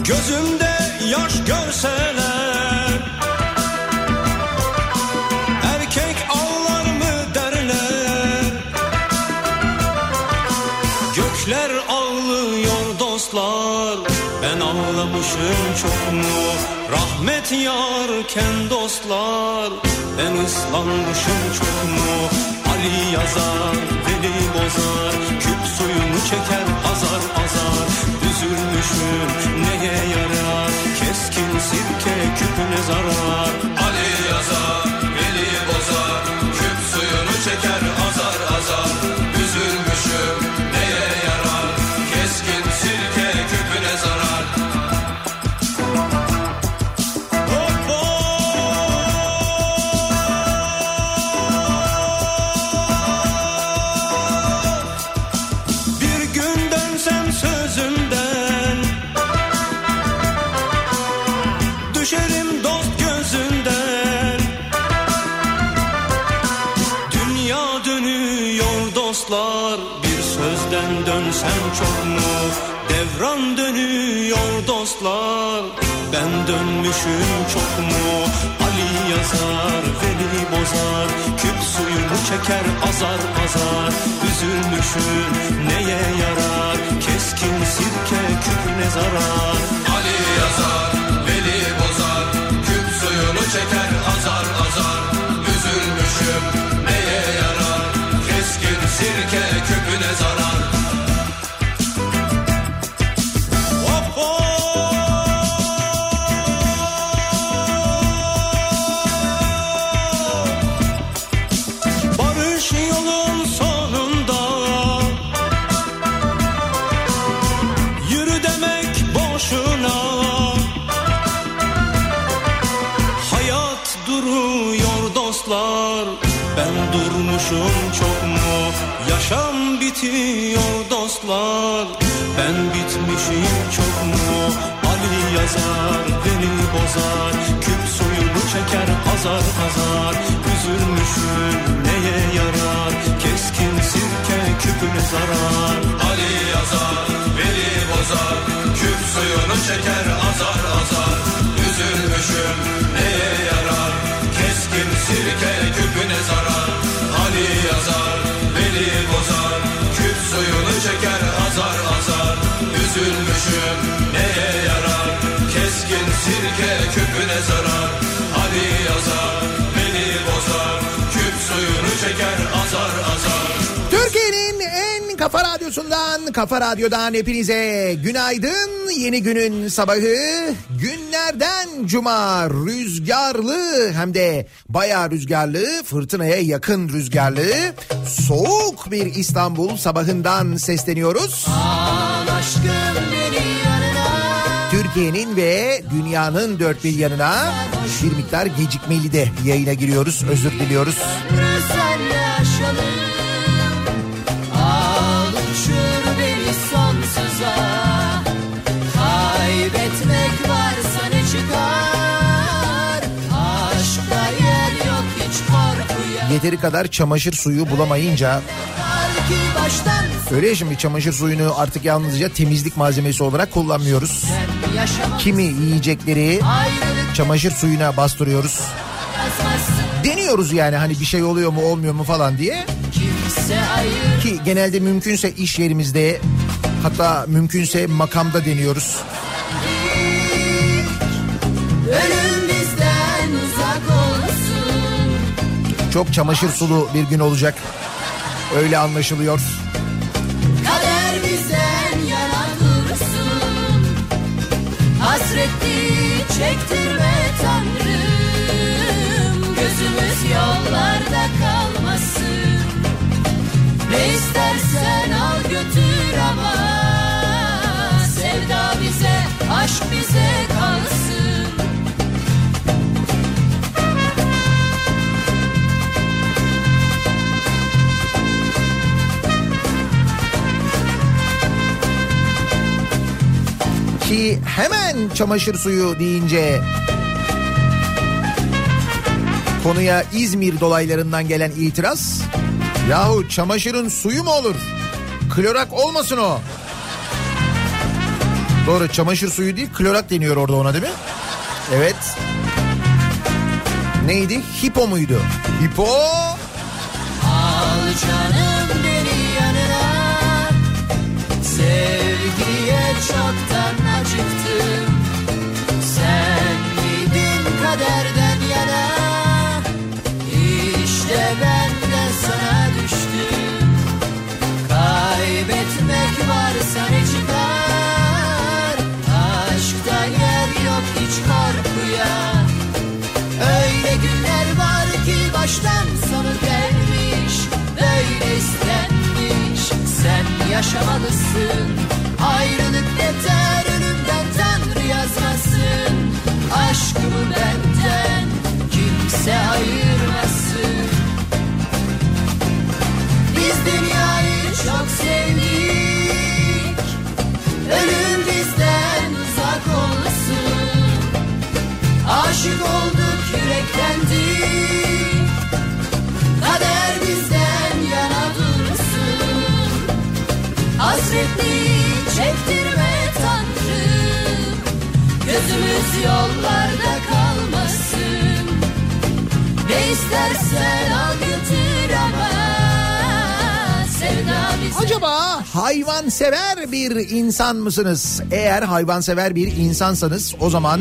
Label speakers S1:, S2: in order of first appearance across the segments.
S1: Gözümde yaş görseler erkek ağlar mı derler. Gökler ağlıyor dostlar, ben ağlamışım çok mu? Rahmet yağarken dostlar, ben ıslanmışım çok mu? Ali yazar, Veli bozar, küp suyunu çeker azar azar. Üzülmüşüm neye yarar, keskin sirke küpüne zarar. Ali yazar, Veli bozar, küp suyunu çeker azar azar. Üzülmüşüm neye yarar, keskin sirke küpüne zarar. Düşerim dost gözünden. Dünya dönüyor dostlar, bir sözden dönsem çok mu? Devran dönüyor dostlar, ben dönmüşüm çok mu? Ali yazar, Veli bozar, küp suyunu çeker azar azar. Üzülmüşüm neye yarar, keskin sirke küpüne zarar. Ali yazar, Veli bozar, küp suyunu çeker azar azar. Üzülmüşüm neye yarar, keskin sirke küpüne zarar. Barış yolun sonunda yürü demek boşuna. Hayat duruyor dostlar, ben durmuşum çok mu? Yaşam bitiyor dostlar, ben bitmişim çok mu? Ali yazar, Veli bozar, küp suyunu çeker azar azar. Üzülmüşüm neye yarar, keskin sirke küpüne zarar. Ali yazar, Veli bozar, küp suyunu çeker azar azar. Üzülmüşüm neye yarar, keskin sirke küpüne zarar. Ali yazar, Veli bozar, küp suyunu çeker azar azar. Üzülmüşüm neye yarar, keskin sirke küpüne zarar. Ali yazar, Veli bozar, küp suyunu çeker azar azar.
S2: Türkiye'nin en kafa radyosundan, Kafa Radyo'dan hepinize günaydın. Yeni günün sabahı, günlerden cuma, rüzgarlı, hem de bayağı rüzgarlı, fırtınaya yakın rüzgarlı, soğuk bir İstanbul sabahından sesleniyoruz. Türkiye'nin ve dünyanın dört bir yanına bir miktar gecikmeli de yayına giriyoruz, özür diliyoruz.
S3: Uçur beni sonsuza, kaybetmek varsa ne çıkar, aşkta yer yok hiç korkuya.
S2: Yeteri kadar çamaşır suyu bulamayınca, öyle ya, şimdi çamaşır suyunu artık yalnızca temizlik malzemesi olarak kullanmıyoruz. Kimi yiyecekleri çamaşır suyuna bastırıyoruz. Deniyoruz yani, hani bir şey oluyor mu olmuyor mu falan diye. Ki genelde mümkünse iş yerimizde, hatta mümkünse makamda deniyoruz. Çok çamaşır sulu bir gün olacak, öyle anlaşılıyor.
S3: Kader bizden yana dursun, hasretli çektirme Tanrım, gözümüz yollarda kalmasın. Ne istersen al götür ama sevda bize, aşk bize kalsın.
S2: Ki hemen çamaşır suyu deyince konuya İzmir dolaylarından gelen itiraz, yahu çamaşırın suyu mu olur? Klorak olmasın o. Doğru, çamaşır suyu değil klorak deniyor orada ona, değil mi? Evet. Neydi? Hipo muydu? Hipo.
S3: Al canım beni yanına, sevgiye çoktan acıktım. Sen miydin kaderden yana, İşte ben de sana düştüm. Kaybetmek varsa ne çıkar, aşkta yer yok hiç korkuya. Öyle günler var ki baştan sonu gelmiş, böyle istenmiş. Sen yaşamalısın, ayrılık yeter, ölümden Tanrı yazmasın. Aşkımı benden kimse ayırmasın. Biz dünyayı çok sevdik, ölüm bizden uzak olsun. Aşık olduk, yüreklendik, kader bizden yana dursun. Hasretliği çektirme Tanrım, gözümüz yollarda kalmasın. Ne istersen al götür ama sevda bize.
S2: Acaba hayvansever bir insan mısınız? Eğer hayvansever bir insansanız o zaman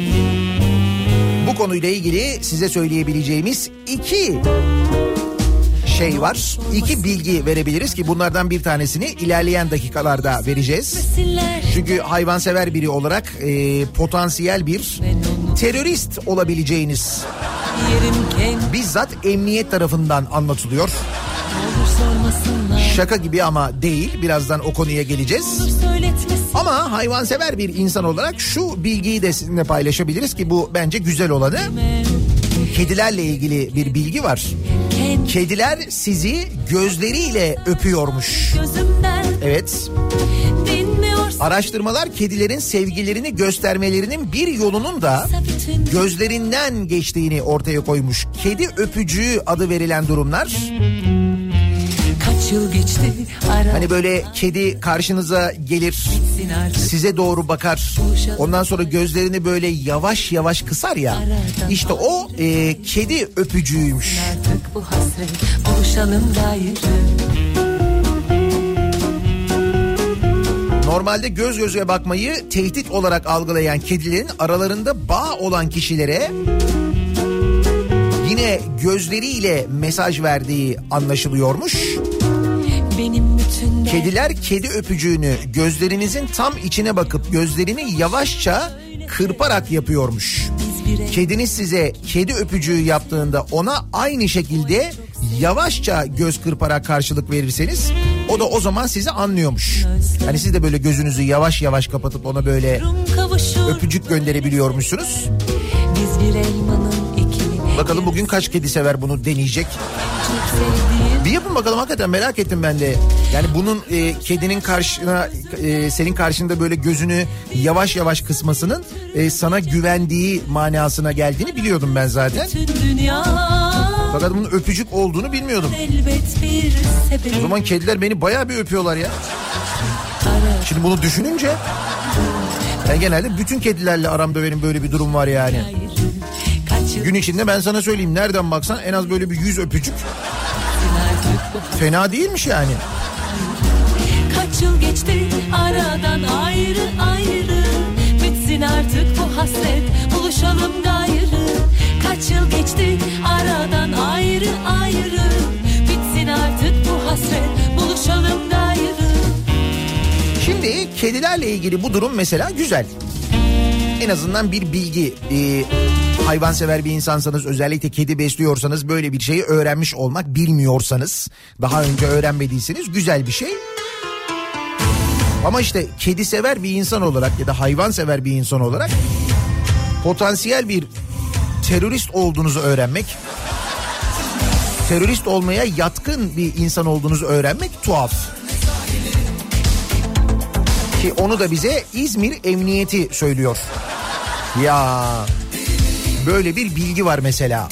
S2: bu konuyla ilgili size söyleyebileceğimiz 2 şey var. 2 bilgi verebiliriz ki bunlardan bir tanesini ilerleyen dakikalarda vereceğiz. Çünkü hayvansever biri olarak potansiyel bir terörist olabileceğiniz bizzat emniyet tarafından anlatılıyor. Şaka gibi ama değil. Birazdan o konuya geleceğiz. Ama hayvansever bir insan olarak şu bilgiyi de sizinle paylaşabiliriz ki bu bence güzel olanı. Kedilerle ilgili bir bilgi var. Kediler sizi gözleriyle öpüyormuş. Evet. Araştırmalar kedilerin sevgilerini göstermelerinin bir yolunun da gözlerinden geçtiğini ortaya koymuş. Kedi öpücüğü adı verilen durumlar. Hani böyle kedi karşınıza gelir, size doğru bakar, ondan sonra gözlerini böyle yavaş yavaş kısar ya, işte o kedi öpücüğüymüş. Normalde göz göze bakmayı tehdit olarak algılayan kedilerin aralarında bağ olan kişilere yine gözleriyle mesaj verdiği anlaşılıyormuş. Kediler kedi öpücüğünü gözlerinizin tam içine bakıp gözlerini yavaşça kırparak yapıyormuş. Kediniz size kedi öpücüğü yaptığında ona aynı şekilde yavaşça göz kırparak karşılık verirseniz o da o zaman sizi anlıyormuş. Hani siz de böyle gözünüzü yavaş yavaş kapatıp ona böyle öpücük gönderebiliyormuşsunuz. Bakalım bugün kaç kedi sever bunu deneyecek. Bir yapın bakalım, hakikaten merak ettim ben de. Yani bunun kedinin karşına senin karşında böyle gözünü yavaş yavaş kısmasının sana güvendiği manasına geldiğini biliyordum ben zaten. Fakat bunun öpücük olduğunu bilmiyordum. O zaman kediler beni bayağı bir öpüyorlar ya. Şimdi bunu düşününce ben genelde bütün kedilerle aramda benim böyle bir durum var yani. Gün içinde ben sana söyleyeyim, nereden baksan en az böyle bir 100 öpücük. Fena değilmiş yani.
S3: Kaç yıl geçti aradan ayrı ayrı, bitsin artık bu hasret, buluşalım gayrı. Kaç yıl geçti aradan ayrı ayrı, bitsin artık bu hasret, buluşalım gayrı.
S2: Şimdi kedilerle ilgili bu durum mesela güzel. En azından bir bilgi. Hayvansever bir insansanız, özellikle kedi besliyorsanız, böyle bir şeyi öğrenmiş olmak, bilmiyorsanız, daha önce öğrenmediyseniz güzel bir şey. Ama işte kedi sever bir insan olarak ya da hayvansever bir insan olarak potansiyel bir terörist olduğunuzu öğrenmek, terörist olmaya yatkın bir insan olduğunuzu öğrenmek tuhaf. Ki onu da bize İzmir Emniyeti söylüyor. Ya böyle bir bilgi var mesela.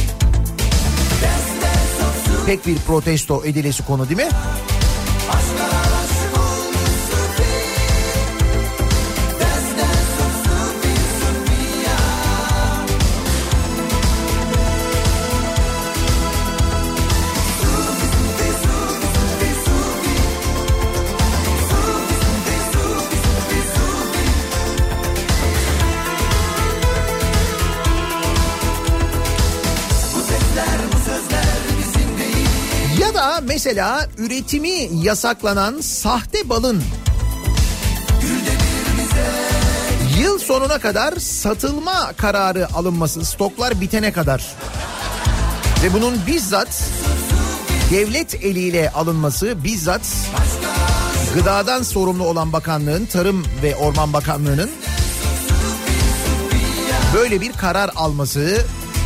S2: Pek bir protesto edilesi konu değil mi? mesela üretimi yasaklanan sahte balın yıl sonuna kadar satılma kararı alınması, stoklar bitene kadar ve bunun bizzat devlet eliyle alınması, bizzat gıdadan sorumlu olan bakanlığın, Tarım ve Orman Bakanlığı'nın böyle bir karar alması,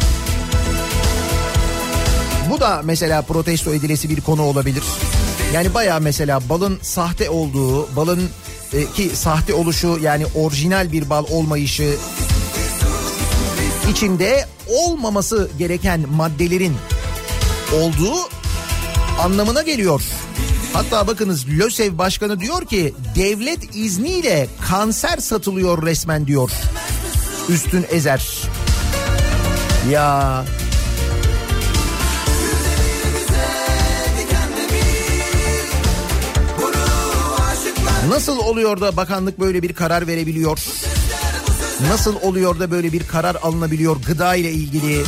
S2: bu da mesela protesto edilesi bir konu olabilir. Yani bayağı mesela balın sahte olduğu, balın ki sahte oluşu, yani orijinal bir bal olmayışı, içinde olmaması gereken maddelerin olduğu anlamına geliyor. Hatta bakınız, LÖSEV Başkanı diyor ki devlet izniyle kanser satılıyor resmen diyor Üstün Ezer. Ya nasıl oluyor da bakanlık böyle bir karar verebiliyor? Nasıl oluyor da böyle bir karar alınabiliyor gıda ile ilgili?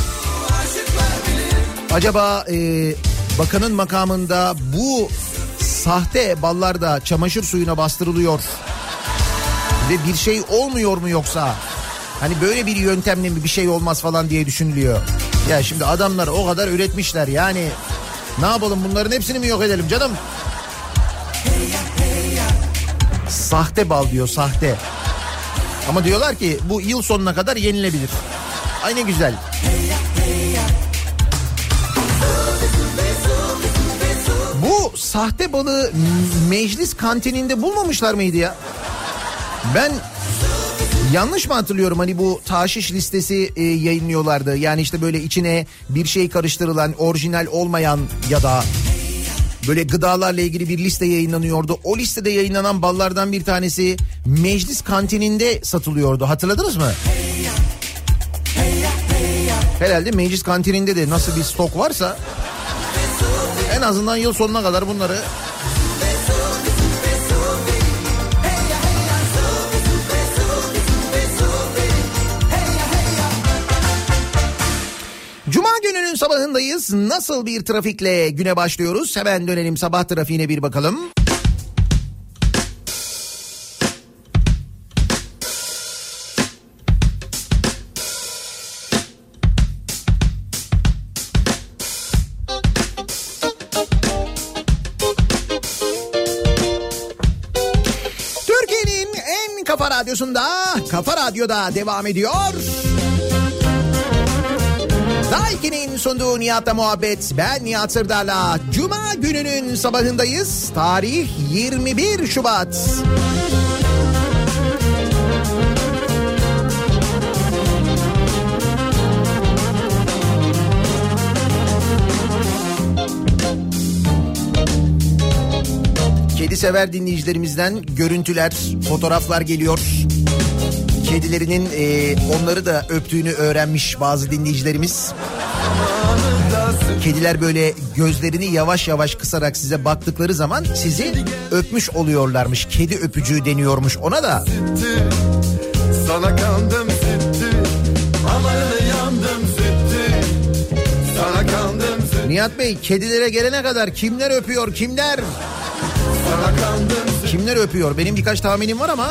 S2: Acaba bakanın makamında bu sahte ballar da çamaşır suyuna bastırılıyor ve bir şey olmuyor mu yoksa? Hani böyle bir yöntemle mi bir şey olmaz falan diye düşünülüyor. Ya şimdi adamlar o kadar üretmişler, yani ne yapalım, bunların hepsini mi yok edelim canım? Sahte bal diyor, sahte. Ama diyorlar ki bu yıl sonuna kadar yenilebilir. Ay ne güzel. Bu sahte balı meclis kantininde bulmamışlar mıydı ya? Ben yanlış mı hatırlıyorum, hani bu taşiş listesi yayınlıyorlardı. Yani işte böyle içine bir şey karıştırılan, orijinal olmayan ya da böyle gıdalarla ilgili bir liste yayınlanıyordu. O listede yayınlanan ballardan bir tanesi meclis kantininde satılıyordu. Hatırladınız mı? Herhalde meclis kantininde de nasıl bir stok varsa en azından yıl sonuna kadar bunları... Cuma gününün sabahındayız. Nasıl bir trafikle güne başlıyoruz? Hemen dönelim, sabah trafiğine bir bakalım. Türkiye'nin en kafa radyosunda, Kafa Radyo'da devam ediyor. Daiki'nin sunduğu Nihat'la muhabbet. Ben Nihat Sırdar'la Cuma gününün sabahındayız. Tarih 21 Şubat. Kedi sever dinleyicilerimizden görüntüler, fotoğraflar geliyor. Kedilerinin onları da öptüğünü öğrenmiş bazı dinleyicilerimiz. Kediler böyle gözlerini yavaş yavaş kısarak size baktıkları zaman sizi öpmüş oluyorlarmış. Kedi öpücüğü deniyormuş ona da. Sana kandım süttü, amanını yandım süttü, sana kandım süttü. Nihat Bey, kedilere gelene kadar kimler öpüyor, kimler? Sana kandım süttü. Kimler öpüyor? Benim birkaç tahminim var ama...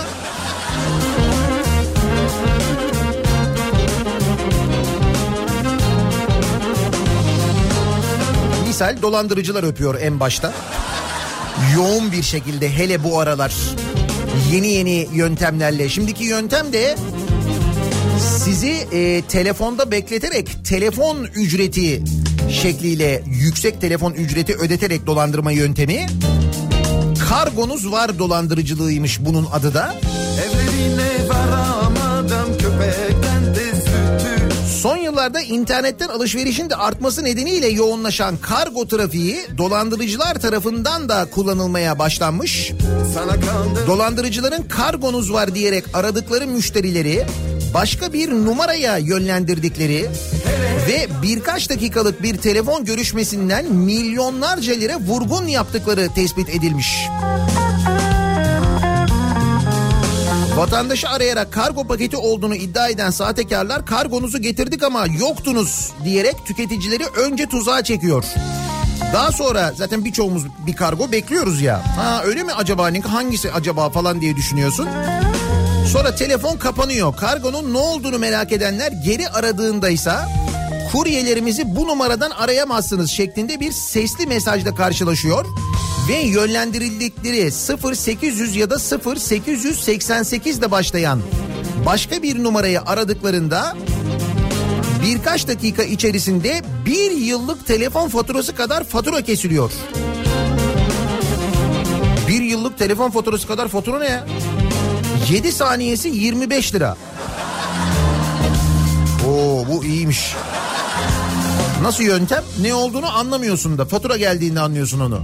S2: Misal dolandırıcılar öpüyor en başta. Yoğun bir şekilde, hele bu aralar yeni yöntemlerle. Şimdiki yöntem de sizi telefonda bekleterek telefon ücreti şekliyle, yüksek telefon ücreti ödeterek dolandırma yöntemi. Kargonuz var dolandırıcılığıymış bunun adı da. Evlerine varamadım köpekten de sütü. Son yıllarda internetten alışverişin de artması nedeniyle yoğunlaşan kargo trafiği dolandırıcılar tarafından da kullanılmaya başlanmış. Dolandırıcıların kargonuz var diyerek aradıkları müşterileri başka bir numaraya yönlendirdikleri ve birkaç dakikalık bir telefon görüşmesinden milyonlarca lira vurgun yaptıkları tespit edilmiş. Vatandaşı arayarak kargo paketi olduğunu iddia eden sahtekarlar kargonuzu getirdik ama yoktunuz diyerek tüketicileri önce tuzağa çekiyor. Daha sonra zaten birçoğumuz bir kargo bekliyoruz ya. Ha öyle mi acaba, hangisi acaba falan diye düşünüyorsun. Sonra telefon kapanıyor. Kargonun ne olduğunu merak edenler geri aradığındaysa kuryelerimizi bu numaradan arayamazsınız şeklinde bir sesli mesajla karşılaşıyor. Ve yönlendirildikleri 0800 ya da 0888 ile başlayan başka bir numarayı aradıklarında birkaç dakika içerisinde 1 yıllık telefon faturası kadar fatura kesiliyor. 1 yıllık telefon faturası kadar fatura ne ya? 7 saniyesi 25 lira. Oo bu iyiymiş. Nasıl yöntem? Ne olduğunu anlamıyorsun da fatura geldiğinde anlıyorsun onu.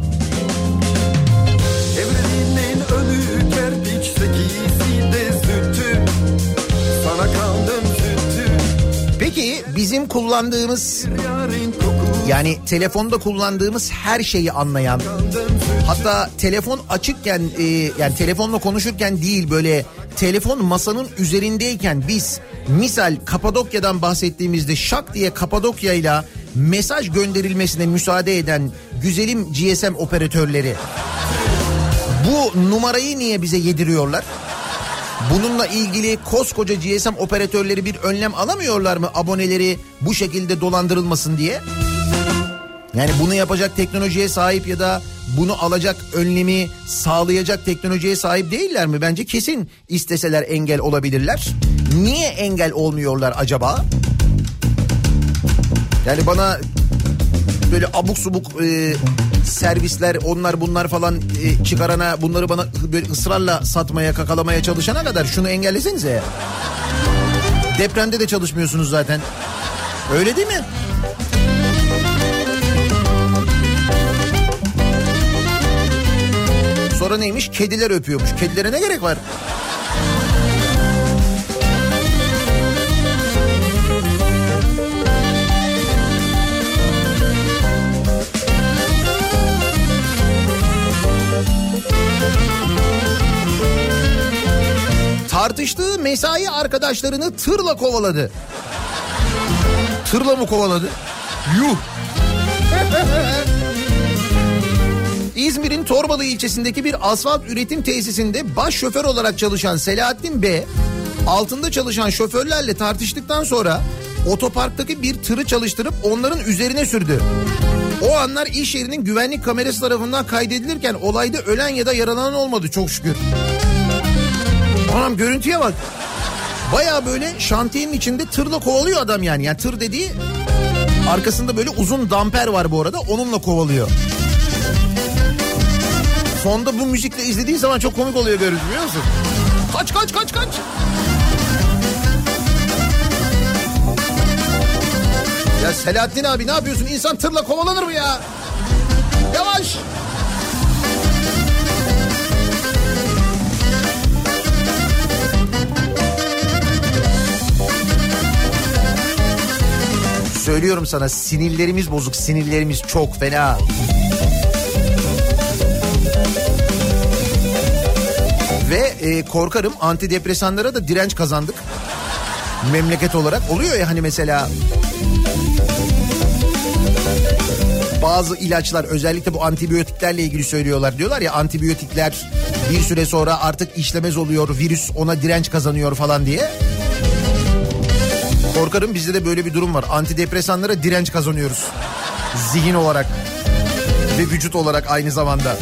S4: Evrenin önü kerpiç, sekisi de sütü. Sana kaldım sütü.
S2: Peki bizim kullandığımız, yani telefonda kullandığımız her şeyi anlayan, hatta telefon açıkken yani telefonla konuşurken değil, böyle telefon masanın üzerindeyken biz misal Kapadokya'dan bahsettiğimizde şak diye Kapadokya'yla mesaj gönderilmesine müsaade eden güzelim GSM operatörleri bu numarayı niye bize yediriyorlar? Bununla ilgili koskoca GSM operatörleri bir önlem alamıyorlar mı aboneleri bu şekilde dolandırılmasın diye? Yani bunu yapacak teknolojiye sahip ya da bunu alacak önlemi sağlayacak teknolojiye sahip değiller mi? Bence kesin isteseler engel olabilirler. Niye engel olmuyorlar acaba? Yani bana böyle abuk subuk servisler, onlar bunlar falan çıkarana, bunları bana böyle ısrarla satmaya, kakalamaya çalışana kadar şunu engellesenize. Depremde de çalışmıyorsunuz zaten. Öyle değil mi? Sonra neymiş? Kediler öpüyormuş. Kedilere ne gerek var? Tartıştığı mesai arkadaşlarını tırla kovaladı. Tırla mı kovaladı? Yuh! İzmir'in Torbalı ilçesindeki bir asfalt üretim tesisinde baş şoför olarak çalışan Selahattin B, altında çalışan şoförlerle tartıştıktan sonra otoparktaki bir tırı çalıştırıp onların üzerine sürdü. O anlar iş yerinin güvenlik kamerası tarafından kaydedilirken olayda ölen ya da yaralanan olmadı çok şükür. Anam görüntüye bak. Baya böyle şantiyenin içinde tırla kovalıyor adam yani. Yani tır dediği arkasında böyle uzun damper var bu arada, onunla kovalıyor. Fonda bu müzikle izlediğin zaman çok komik oluyor görüntü, biliyor musun? Kaç kaç kaç kaç. Ya Selahattin abi ne yapıyorsun? İnsan tırla kovalanır mı ya? Yavaş. Söylüyorum sana, sinirlerimiz bozuk, sinirlerimiz çok fena. Ve korkarım antidepresanlara da direnç kazandık. Memleket olarak oluyor ya hani mesela bazı ilaçlar, özellikle bu antibiyotiklerle ilgili söylüyorlar. Diyorlar ya antibiyotikler bir süre sonra artık işlemez oluyor, virüs ona direnç kazanıyor falan diye. Korkarım bizde de böyle bir durum var. Antidepresanlara direnç kazanıyoruz. Zihin olarak ve vücut olarak aynı zamanda.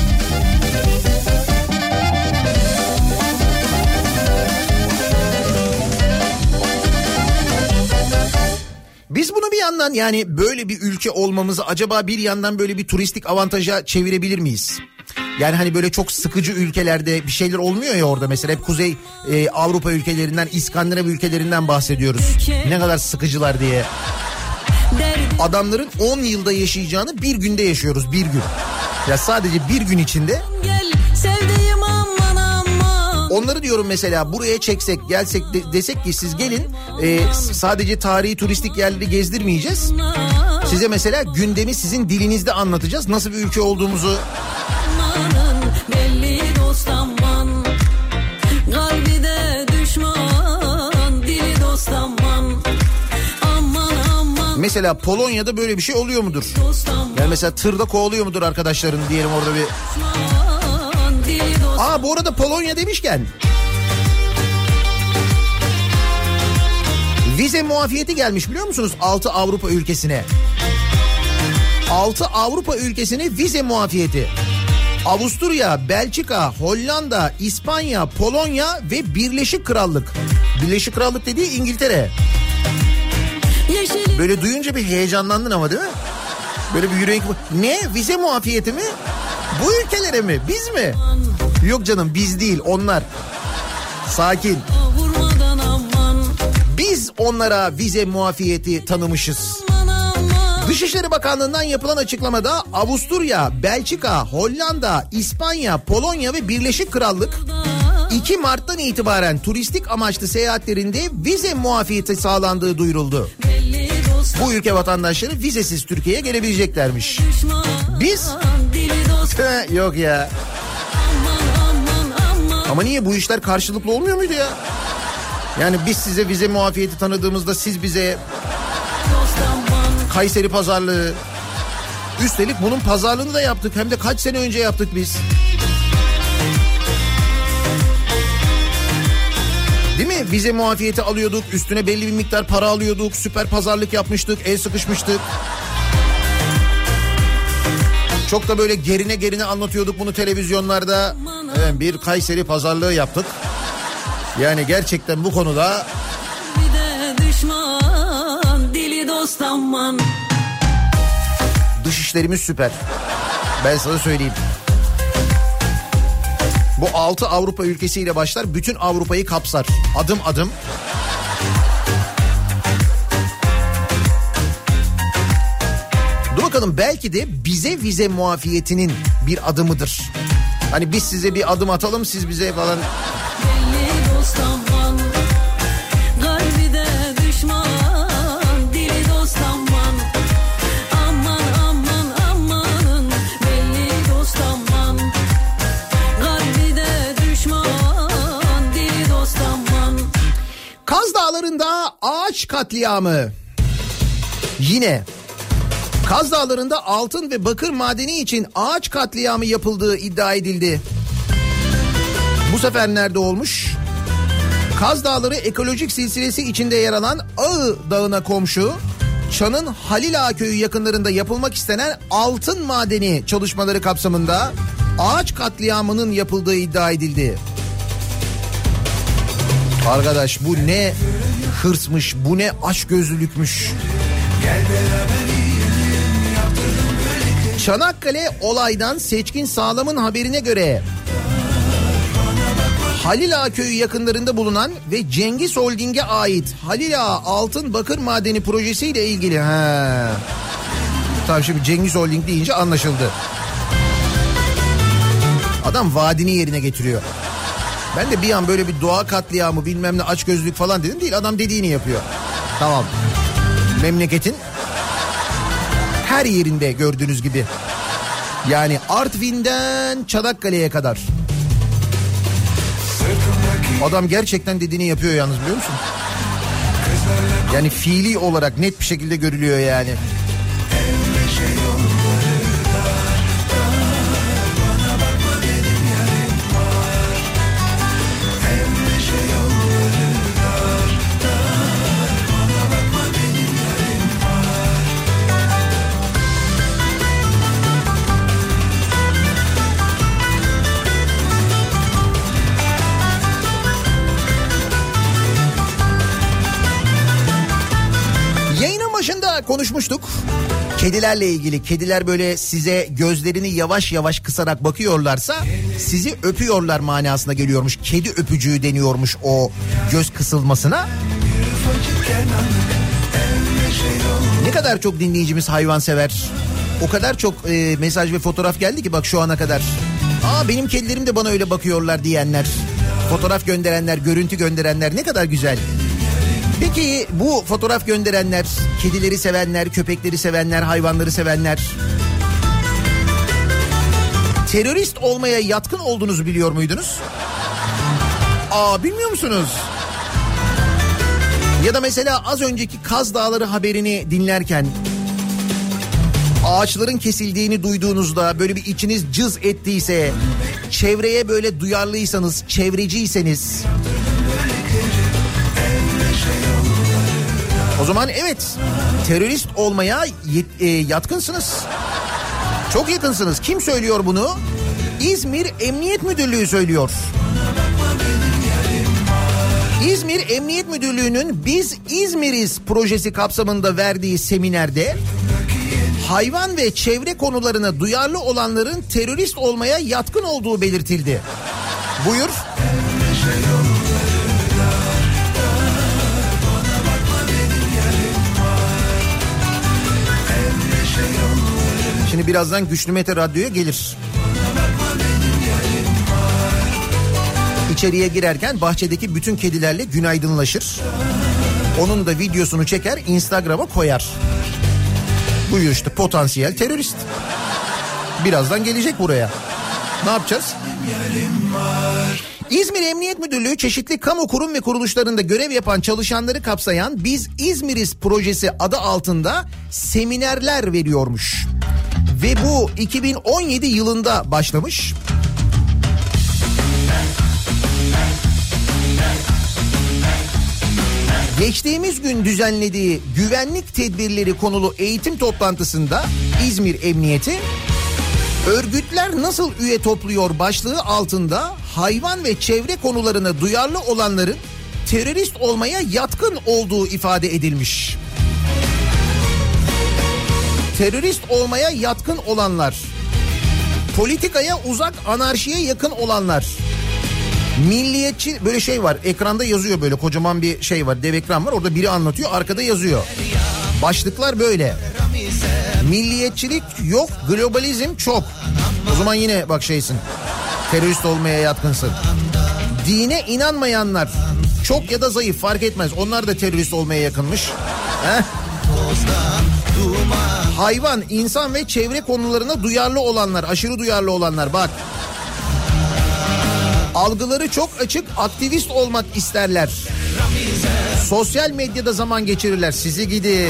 S2: Biz bunu bir yandan, yani böyle bir ülke olmamızı acaba bir yandan böyle bir turistik avantaja çevirebilir miyiz? Yani hani böyle çok sıkıcı ülkelerde bir şeyler olmuyor ya orada, mesela hep Kuzey Avrupa ülkelerinden, İskandinav ülkelerinden bahsediyoruz. Ne kadar sıkıcılar diye. Adamların 10 yılda yaşayacağını bir günde yaşıyoruz, bir gün. Ya sadece bir gün içinde. Onları diyorum mesela buraya çeksek, gelsek desek ki siz gelin, sadece tarihi turistik yerleri gezdirmeyeceğiz. Size mesela gündemi sizin dilinizde anlatacağız. Nasıl bir ülke olduğumuzu. Mesela Polonya'da böyle bir şey oluyor mudur? Yani mesela tırda kovalıyor mudur arkadaşların diyelim orada bir... Bu arada Polonya demişken... Vize muafiyeti gelmiş biliyor musunuz 6 Avrupa ülkesine? 6 Avrupa ülkesine vize muafiyeti. Avusturya, Belçika, Hollanda, İspanya, Polonya ve Birleşik Krallık. Birleşik Krallık dediği İngiltere. Böyle duyunca bir heyecanlandın ama değil mi? Böyle bir yüreğin... Ne? Vize muafiyeti mi? Bu ülkelere mi? Biz mi? Yok canım biz değil onlar. Sakin. Biz onlara vize muafiyeti tanımışız. Dışişleri Bakanlığı'ndan yapılan açıklamada Avusturya, Belçika, Hollanda, İspanya, Polonya ve Birleşik Krallık 2 Mart'tan itibaren turistik amaçlı seyahatlerinde vize muafiyeti sağlandığı duyuruldu. Bu ülke vatandaşları vizesiz Türkiye'ye gelebileceklermiş. Biz? Yok ya. Ama niye bu işler karşılıklı olmuyor muydu ya? Yani biz size vize muafiyeti tanıdığımızda siz bize Kayseri pazarlığı, üstelik bunun pazarlığını da yaptık, hem de kaç sene önce yaptık biz. Değil mi? Vize muafiyeti alıyorduk, üstüne belli bir miktar para alıyorduk, süper pazarlık yapmıştık, el sıkışmıştık. Çok da böyle gerine anlatıyorduk bunu televizyonlarda. Evet, bir Kayseri pazarlığı yaptık. Yani gerçekten bu konuda... Bir de düşman, dili dost aman. Dışişlerimiz süper. Ben sana söyleyeyim. Bu 6 Avrupa ülkesiyle başlar, bütün Avrupa'yı kapsar. Adım adım. Dur bakalım, belki de bize vize muafiyetinin bir adımıdır. Hani biz size bir adım atalım, siz bize falan... Kaz Dağları'nda ağaç katliamı. Yine Kaz Dağları'nda altın ve bakır madeni için ağaç katliamı yapıldığı iddia edildi. Bu sefer nerede olmuş? Kaz Dağları ekolojik silsilesi içinde yer alan Ağı Dağı'na komşu Çan'ın Halil Ağa köyü yakınlarında yapılmak istenen altın madeni çalışmaları kapsamında ağaç katliamının yapıldığı iddia edildi. Arkadaş bu ne hırsmış, bu ne açgözlülükmüş. Çanakkale olaydan Seçkin Sağlam'ın haberine göre Halil Ağa köyü yakınlarında bulunan ve Cengiz Holding'e ait Halil Ağa altın bakır madeni projesiyle ilgili. Tabii şimdi Cengiz Holding deyince anlaşıldı. Adam vaadini yerine getiriyor. Ben de bir an böyle bir doğa katliamı bilmem ne açgözlülük falan dedim, değil, adam dediğini yapıyor. Tamam. Memleketin her yerinde gördüğünüz gibi. Yani Artvin'den Çanakkale'ye kadar. Adam gerçekten dediğini yapıyor yalnız, biliyor musun? Yani fiili olarak net bir şekilde görülüyor yani. Konuşmuştuk kedilerle ilgili. Kediler böyle size gözlerini yavaş yavaş kısarak bakıyorlarsa sizi öpüyorlar manasına geliyormuş. Kedi öpücüğü deniyormuş o göz kısılmasına. Ne kadar çok dinleyicimiz hayvansever. O kadar çok mesaj ve fotoğraf geldi ki bak şu ana kadar. Benim kedilerim de bana öyle bakıyorlar diyenler. Fotoğraf gönderenler, görüntü gönderenler, ne kadar güzel. Peki bu fotoğraf gönderenler, kedileri sevenler, köpekleri sevenler, hayvanları sevenler, terörist olmaya yatkın olduğunuzu biliyor muydunuz? Bilmiyor musunuz? Ya da mesela az önceki Kaz Dağları haberini dinlerken ağaçların kesildiğini duyduğunuzda böyle bir içiniz cız ettiyse, çevreye böyle duyarlıysanız, çevreciyseniz, o zaman evet, terörist olmaya yatkınsınız. Çok yakınsınız. Kim söylüyor bunu? İzmir Emniyet Müdürlüğü söylüyor. İzmir Emniyet Müdürlüğü'nün Biz İzmiriz projesi kapsamında verdiği seminerde hayvan ve çevre konularına duyarlı olanların terörist olmaya yatkın olduğu belirtildi. Buyur. Şimdi birazdan Güçlü Mete Radyo'ya gelir. İçeriye girerken bahçedeki bütün kedilerle günaydınlaşır. Onun da videosunu çeker, Instagram'a koyar. Buyur işte, potansiyel terörist. Birazdan gelecek buraya. Ne yapacağız? İzmir Emniyet Müdürlüğü çeşitli kamu kurum ve kuruluşlarında görev yapan çalışanları kapsayan Biz İzmiriz projesi adı altında seminerler veriyormuş. Ve bu 2017 yılında başlamış. Geçtiğimiz gün düzenlediği güvenlik tedbirleri konulu eğitim toplantısında İzmir Emniyeti, örgütler nasıl üye topluyor başlığı altında hayvan ve çevre konularına duyarlı olanların terörist olmaya yatkın olduğu ifade edilmiş. Terörist olmaya yatkın olanlar, politikaya uzak, anarşiye yakın olanlar, milliyetçi, böyle şey var, ekranda yazıyor, böyle kocaman bir şey var, dev ekran var, orada biri anlatıyor, arkada yazıyor. Başlıklar böyle. Milliyetçilik yok, globalizm çok. O zaman yine bak şeysin, terörist olmaya yatkınsın. Dine inanmayanlar, çok ya da zayıf fark etmez, onlar da terörist olmaya yakınmış. Hayvan, insan ve çevre konularına duyarlı olanlar, aşırı duyarlı olanlar, bak. Algıları çok açık, aktivist olmak isterler. Sosyal medyada zaman geçirirler, sizi gidi.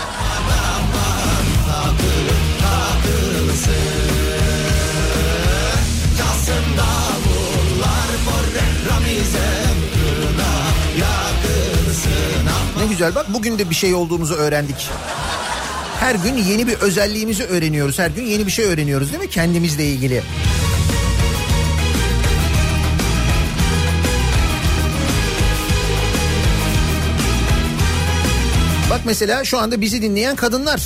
S2: Ne güzel, bak bugün de bir şey olduğumuzu öğrendik. Her gün yeni bir özelliğimizi öğreniyoruz. Her gün yeni bir şey öğreniyoruz, değil mi? Kendimizle ilgili. Bak mesela şu anda bizi dinleyen kadınlar.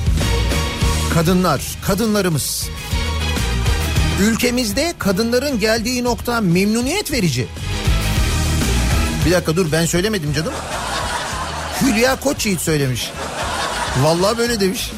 S2: Kadınlarımız. Ülkemizde kadınların geldiği nokta memnuniyet verici. Bir dakika dur, ben söylemedim canım. Hülya Koçyiğit söylemiş. Vallahi böyle demiş.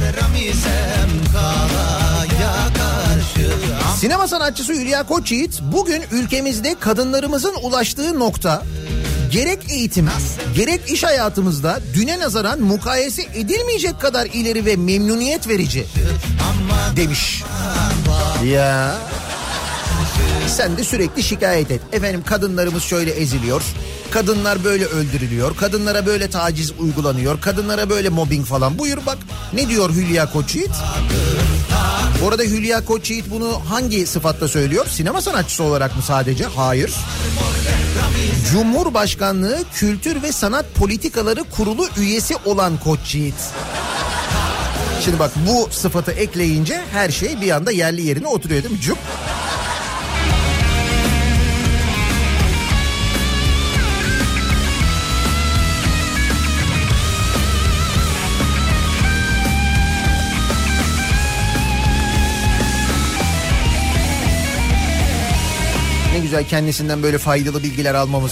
S2: Sinema sanatçısı Hülya Koçyiğit bugün ülkemizde kadınlarımızın ulaştığı nokta gerek eğitim, gerek iş hayatımızda düne nazaran mukayese edilmeyecek kadar ileri ve memnuniyet verici demiş. Ya sen de sürekli şikayet et. Efendim kadınlarımız şöyle eziliyor. Kadınlar böyle öldürülüyor. Kadınlara böyle taciz uygulanıyor. Kadınlara böyle mobbing falan. Buyur bak ne diyor Hülya Koçyiğit? Bu arada Hülya Koçyiğit bunu hangi sıfatla söylüyor? Sinema sanatçısı olarak mı sadece? Hayır. Cumhurbaşkanlığı Kültür ve Sanat Politikaları Kurulu üyesi olan Koçyiğit. Şimdi bak bu sıfatı ekleyince her şey bir anda yerli yerine oturuyor, değil mi? Cuk. Ne güzel kendisinden böyle faydalı bilgiler almamız.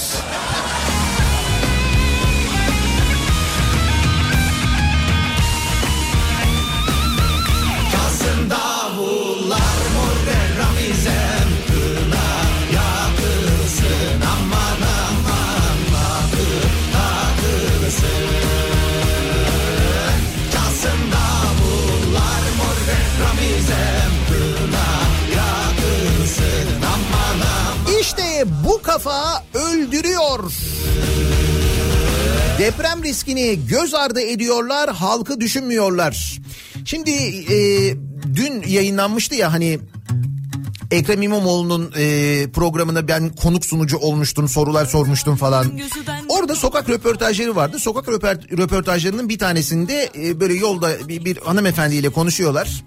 S2: İşte bu kafa öldürüyor. Deprem riskini göz ardı ediyorlar, halkı düşünmüyorlar. Şimdi dün yayınlanmıştı ya hani Ekrem İmamoğlu'nun programına ben konuk sunucu olmuştum, sorular sormuştum falan. Orada sokak röportajları vardı. Sokak röportajlarının bir tanesinde böyle yolda bir hanımefendiyle konuşuyorlar.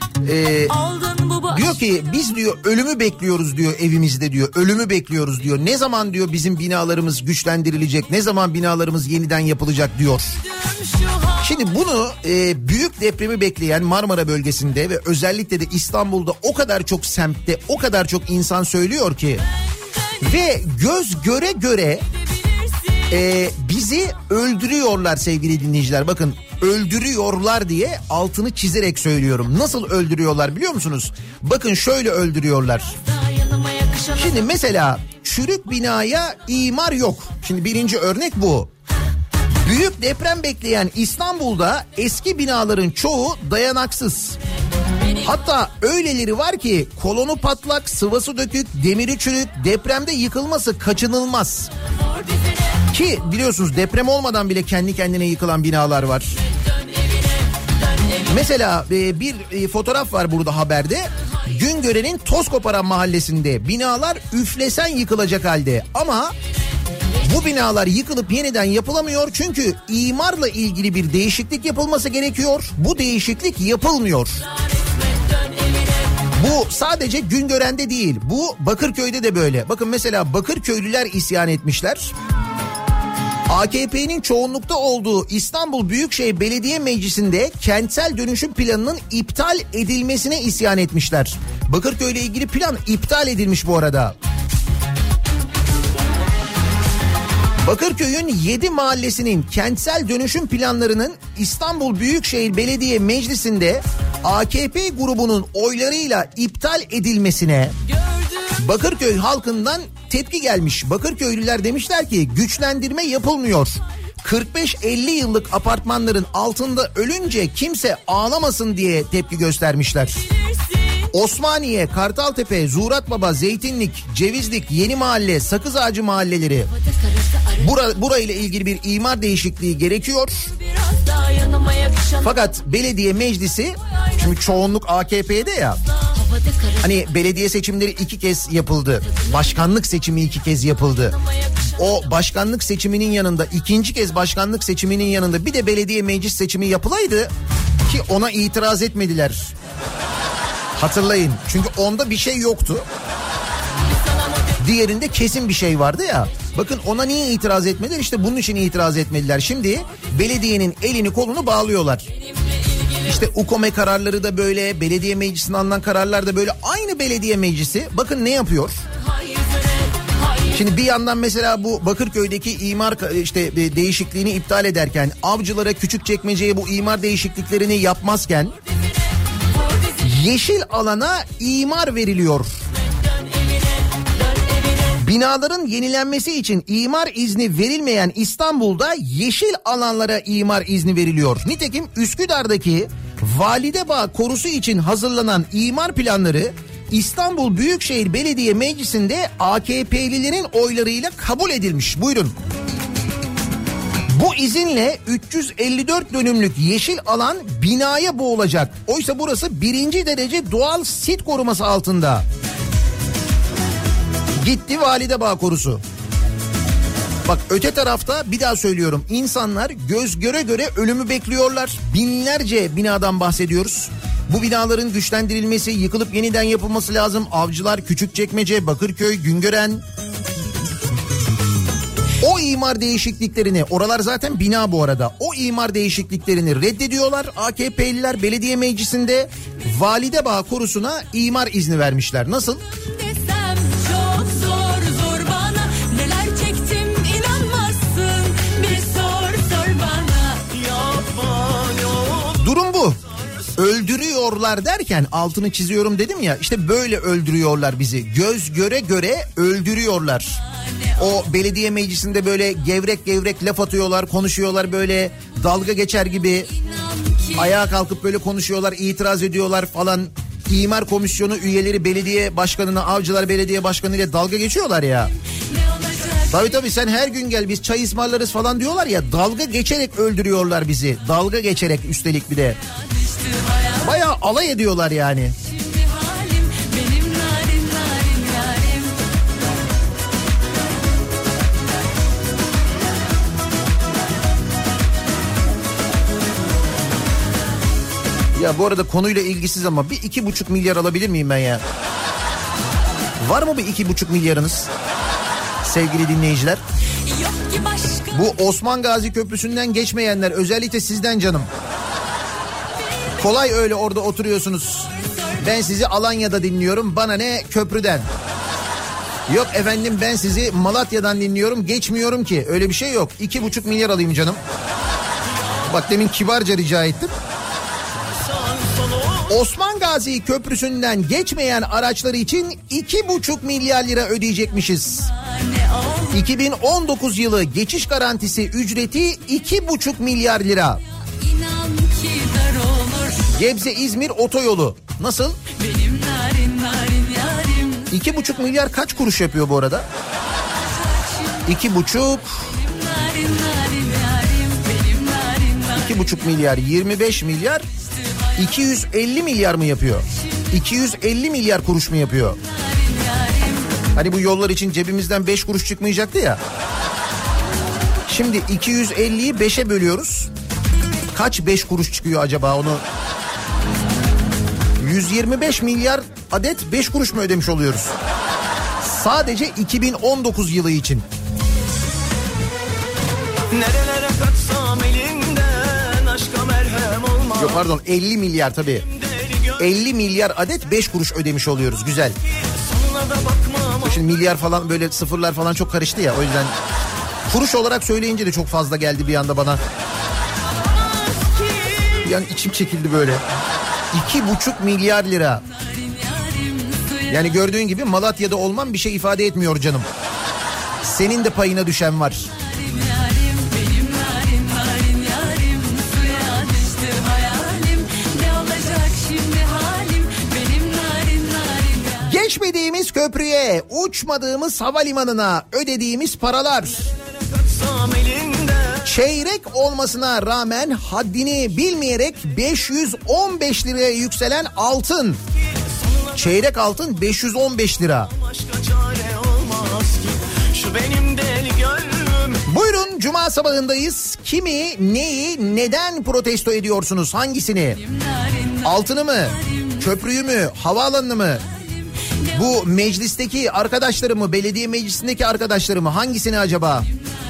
S2: Diyor ki biz diyor ölümü bekliyoruz diyor evimizde diyor. Ölümü bekliyoruz diyor. Ne zaman diyor bizim binalarımız güçlendirilecek? Ne zaman binalarımız yeniden yapılacak diyor. Şimdi bunu büyük depremi bekleyen Marmara bölgesinde ve özellikle de İstanbul'da o kadar çok semtte o kadar çok insan söylüyor ki ve göz göre göre bizi öldürüyorlar sevgili dinleyiciler. Bakın öldürüyorlar diye altını çizerek söylüyorum. Nasıl öldürüyorlar biliyor musunuz? Bakın şöyle öldürüyorlar. Şimdi mesela çürük binaya imar yok. Şimdi birinci örnek bu. Büyük deprem bekleyen İstanbul'da eski binaların çoğu dayanaksız. Hatta öyleleri var ki kolonu patlak, sıvası dökük, demiri çürük, depremde yıkılması kaçınılmaz. Ki biliyorsunuz deprem olmadan bile kendi kendine yıkılan binalar var. Mesela bir fotoğraf var burada haberde. Güngören'in Tozkoparan mahallesinde binalar üflesen yıkılacak halde. Ama bu binalar yıkılıp yeniden yapılamıyor çünkü imarla ilgili bir değişiklik yapılması gerekiyor. Bu değişiklik yapılmıyor. Bu sadece Güngören'de değil, bu Bakırköy'de de böyle. Bakın mesela Bakırköylüler isyan etmişler. AKP'nin çoğunlukta olduğu İstanbul Büyükşehir Belediye Meclisi'nde kentsel dönüşüm planının iptal edilmesine isyan etmişler. Bakırköy ile ilgili plan iptal edilmiş bu arada. Bakırköy'ün 7 mahallesinin kentsel dönüşüm planlarının İstanbul Büyükşehir Belediye Meclisi'nde AKP grubunun oylarıyla iptal edilmesine Bakırköy halkından tepki gelmiş. Bakırköylüler demişler ki güçlendirme yapılmıyor. 45-50 yıllık apartmanların altında ölünce kimse ağlamasın diye tepki göstermişler. Osmaniye, Kartaltepe, Zuratbaba, Zeytinlik, Cevizlik, Yeni Mahalle, Sakızağacı mahalleleri burayla ilgili bir imar değişikliği gerekiyor. Fakat belediye meclisi, şimdi çoğunluk AKP'de ya, hani belediye seçimleri 2 kez yapıldı. Başkanlık seçimi 2 kez yapıldı. O başkanlık seçiminin yanında, ikinci kez başkanlık seçiminin yanında bir de belediye meclis seçimi yapılaydı ki ona itiraz etmediler. Hatırlayın, çünkü onda bir şey yoktu. Diğerinde kesin bir şey vardı ya. Bakın ona niye itiraz etmediler? İşte bunun için itiraz etmediler. Şimdi belediyenin elini kolunu bağlıyorlar. İşte UKOME kararları da böyle, belediye meclisine alınan kararlar da böyle. Aynı belediye meclisi bakın ne yapıyor? Şimdi bir yandan mesela bu Bakırköy'deki imar işte değişikliğini iptal ederken, Avcılar'a, Küçükçekmece'ye bu imar değişikliklerini yapmazken yeşil alana imar veriliyor. Binaların yenilenmesi için imar izni verilmeyen İstanbul'da yeşil alanlara imar izni veriliyor. Nitekim Üsküdar'daki Validebağ korusu için hazırlanan imar planları İstanbul Büyükşehir Belediye Meclisi'nde AKP'lilerin oylarıyla kabul edilmiş. Buyurun. Bu izinle 354 dönümlük yeşil alan binaya boğulacak. Oysa burası 1. derece doğal sit koruması altında. Gitti Validebağ korusu. Bak öte tarafta bir daha söylüyorum, insanlar göz göre göre ölümü bekliyorlar. Binlerce binadan bahsediyoruz. Bu binaların güçlendirilmesi, yıkılıp yeniden yapılması lazım. Avcılar, Küçükçekmece, Bakırköy, Güngören. O imar değişikliklerini, oralar zaten bina bu arada, o imar değişikliklerini reddediyorlar. AKP'liler belediye meclisinde Validebağ korusuna imar izni vermişler. Nasıl? Durum bu. Öldürüyorlar derken altını çiziyorum dedim ya, işte böyle öldürüyorlar bizi. Göz göre göre öldürüyorlar. O belediye meclisinde böyle gevrek gevrek laf atıyorlar, konuşuyorlar, böyle dalga geçer gibi ayağa kalkıp böyle konuşuyorlar, itiraz ediyorlar falan. İmar komisyonu üyeleri belediye başkanına, Avcılar Belediye Başkanı ile dalga geçiyorlar ya. Tabii sen her gün gel biz çay ısmarlarız falan diyorlar ya, dalga geçerek öldürüyorlar bizi. Dalga geçerek üstelik bir de. Bayağı alay ediyorlar yani. Ya bu arada konuyla ilgisiz ama bir 2,5 milyar alabilir miyim ben ya? Var mı bir 2,5 milyarınız? Sevgili dinleyiciler. Bu Osman Gazi Köprüsü'nden geçmeyenler, özellikle sizden canım. Kolay öyle orada oturuyorsunuz. Ben sizi Alanya'da dinliyorum, bana ne köprüden. Yok efendim ben sizi Malatya'dan dinliyorum, geçmiyorum ki. Öyle bir şey yok. 2,5 milyar alayım canım. Bak demin kibarca rica ettim. Osman Gazi Köprüsü'nden geçmeyen araçlar için 2,5 milyar lira ödeyecekmişiz. 2019 yılı geçiş garantisi ücreti 2,5 milyar lira. Gebze İzmir otoyolu nasıl? 2,5 milyar kaç kuruş yapıyor bu arada? 2,5 milyar 25 milyar 250 milyar mı yapıyor? 250 milyar kuruş mu yapıyor? Hani bu yollar için cebimizden 5 kuruş çıkmayacaktı ya. Şimdi 250'yi 5'e bölüyoruz. Kaç 5 kuruş çıkıyor acaba onu? 125 milyar adet 5 kuruş mu ödemiş oluyoruz? Sadece 2019 yılı için.
S1: Nerelere kaçsam elimden aşka merhem olmaz.
S2: Yok pardon 50 milyar tabii. 50 milyar adet 5 kuruş ödemiş oluyoruz, güzel. Şimdi milyar falan böyle sıfırlar falan çok karıştı ya, o yüzden kuruş olarak söyleyince de çok fazla geldi bir anda bana. Yani içim çekildi böyle. 2,5 milyar lira. Yani gördüğün gibi Malatya'da olmam bir şey ifade etmiyor canım. Senin de payına düşen var. Geçmediğimiz köprüye, uçmadığımız havalimanına ödediğimiz paralar, çeyrek olmasına rağmen haddini bilmeyerek 515 liraya yükselen altın. Çeyrek altın 515 lira. Buyurun, Cuma sabahındayız. Kimi, neyi, neden protesto ediyorsunuz? Hangisini? Altını mı? Köprüyü mü? Havaalanını mı? Bu meclisteki arkadaşları mı? Belediye meclisindeki arkadaşları mı? Hangisini acaba?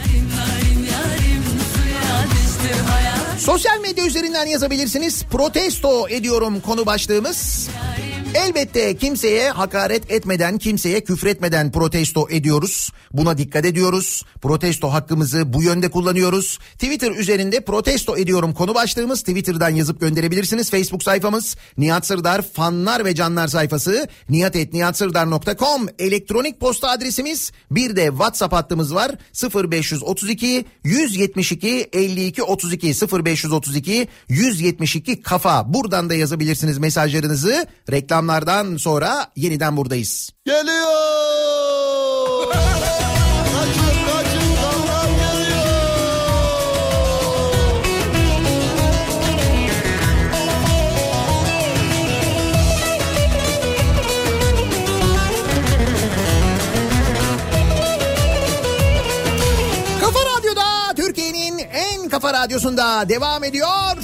S2: Sosyal medya üzerinden yazabilirsiniz. Protesto ediyorum konu başlığımız. Elbette kimseye hakaret etmeden, kimseye küfretmeden protesto ediyoruz. Buna dikkat ediyoruz. Protesto hakkımızı bu yönde kullanıyoruz. Twitter üzerinde protesto ediyorum konu başlığımız. Twitter'dan yazıp gönderebilirsiniz. Facebook sayfamız Nihat Sırdar fanlar ve canlar sayfası. nihat@nihatsırdar.com elektronik posta adresimiz. Bir de WhatsApp hattımız var. 0532 172 52 32 0532 172 kafa. Buradan da yazabilirsiniz mesajlarınızı. Reklamlardan sonra yeniden buradayız.
S4: Geliyor. Kaçın damlar geliyor.
S2: Kafa Radyo'da, Türkiye'nin en kafa radyosunda devam ediyor.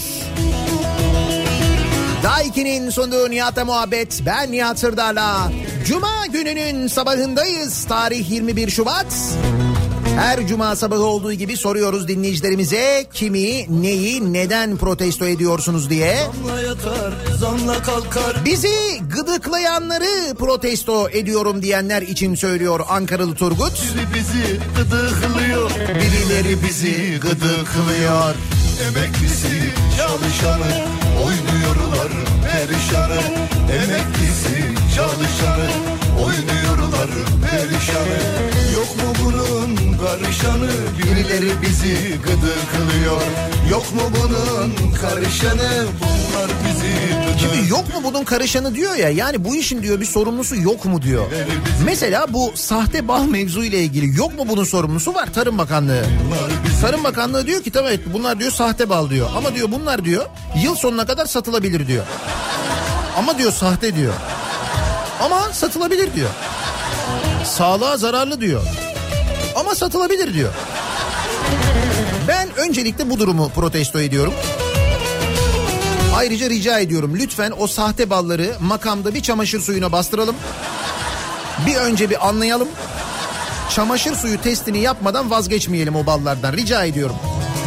S2: Daiki'nin sunduğu Nihat'la muhabbet, ben Nihat Sırdar'la. Cuma gününün sabahındayız, tarih 21 Şubat. Her cuma sabahı olduğu gibi soruyoruz dinleyicilerimize kimi, neyi, neden protesto ediyorsunuz diye.
S1: Zamla yatar, zamla kalkar.
S2: Bizi gıdıklayanları protesto ediyorum diyenler için söylüyor Ankaralı Turgut.
S4: Biri bizi gıdıklıyor.
S2: Birileri bizi gıdıklıyor.
S4: Emeklisi çalışanı oynuyorlar perişanı. Emeklisi çalışanı oynuyorlar perişanı. Yok mu bunun karışanı, birileri bizi gıdıklıyor. Yok mu bunun karışanı, bunlar bizi gıdıklıyor.
S2: Şimdi yok mu bunun karışanı diyor ya, yani bu işin diyor bir sorumlusu yok mu diyor. Mesela bu sahte bal mevzu ile ilgili yok mu bunun sorumlusu? Var, Tarım Bakanlığı. Tarım Bakanlığı diyor ki tamam bunlar diyor sahte bal diyor. Ama diyor bunlar diyor yıl sonuna kadar satılabilir diyor. Ama diyor sahte diyor. Ama satılabilir diyor. Sağlığa zararlı diyor. Ama satılabilir diyor. Ben öncelikle bu durumu protesto ediyorum. Ayrıca rica ediyorum, lütfen o sahte balları makamda bir çamaşır suyuna bastıralım. Bir önce bir anlayalım. Çamaşır suyu testini yapmadan vazgeçmeyelim o ballardan, rica ediyorum.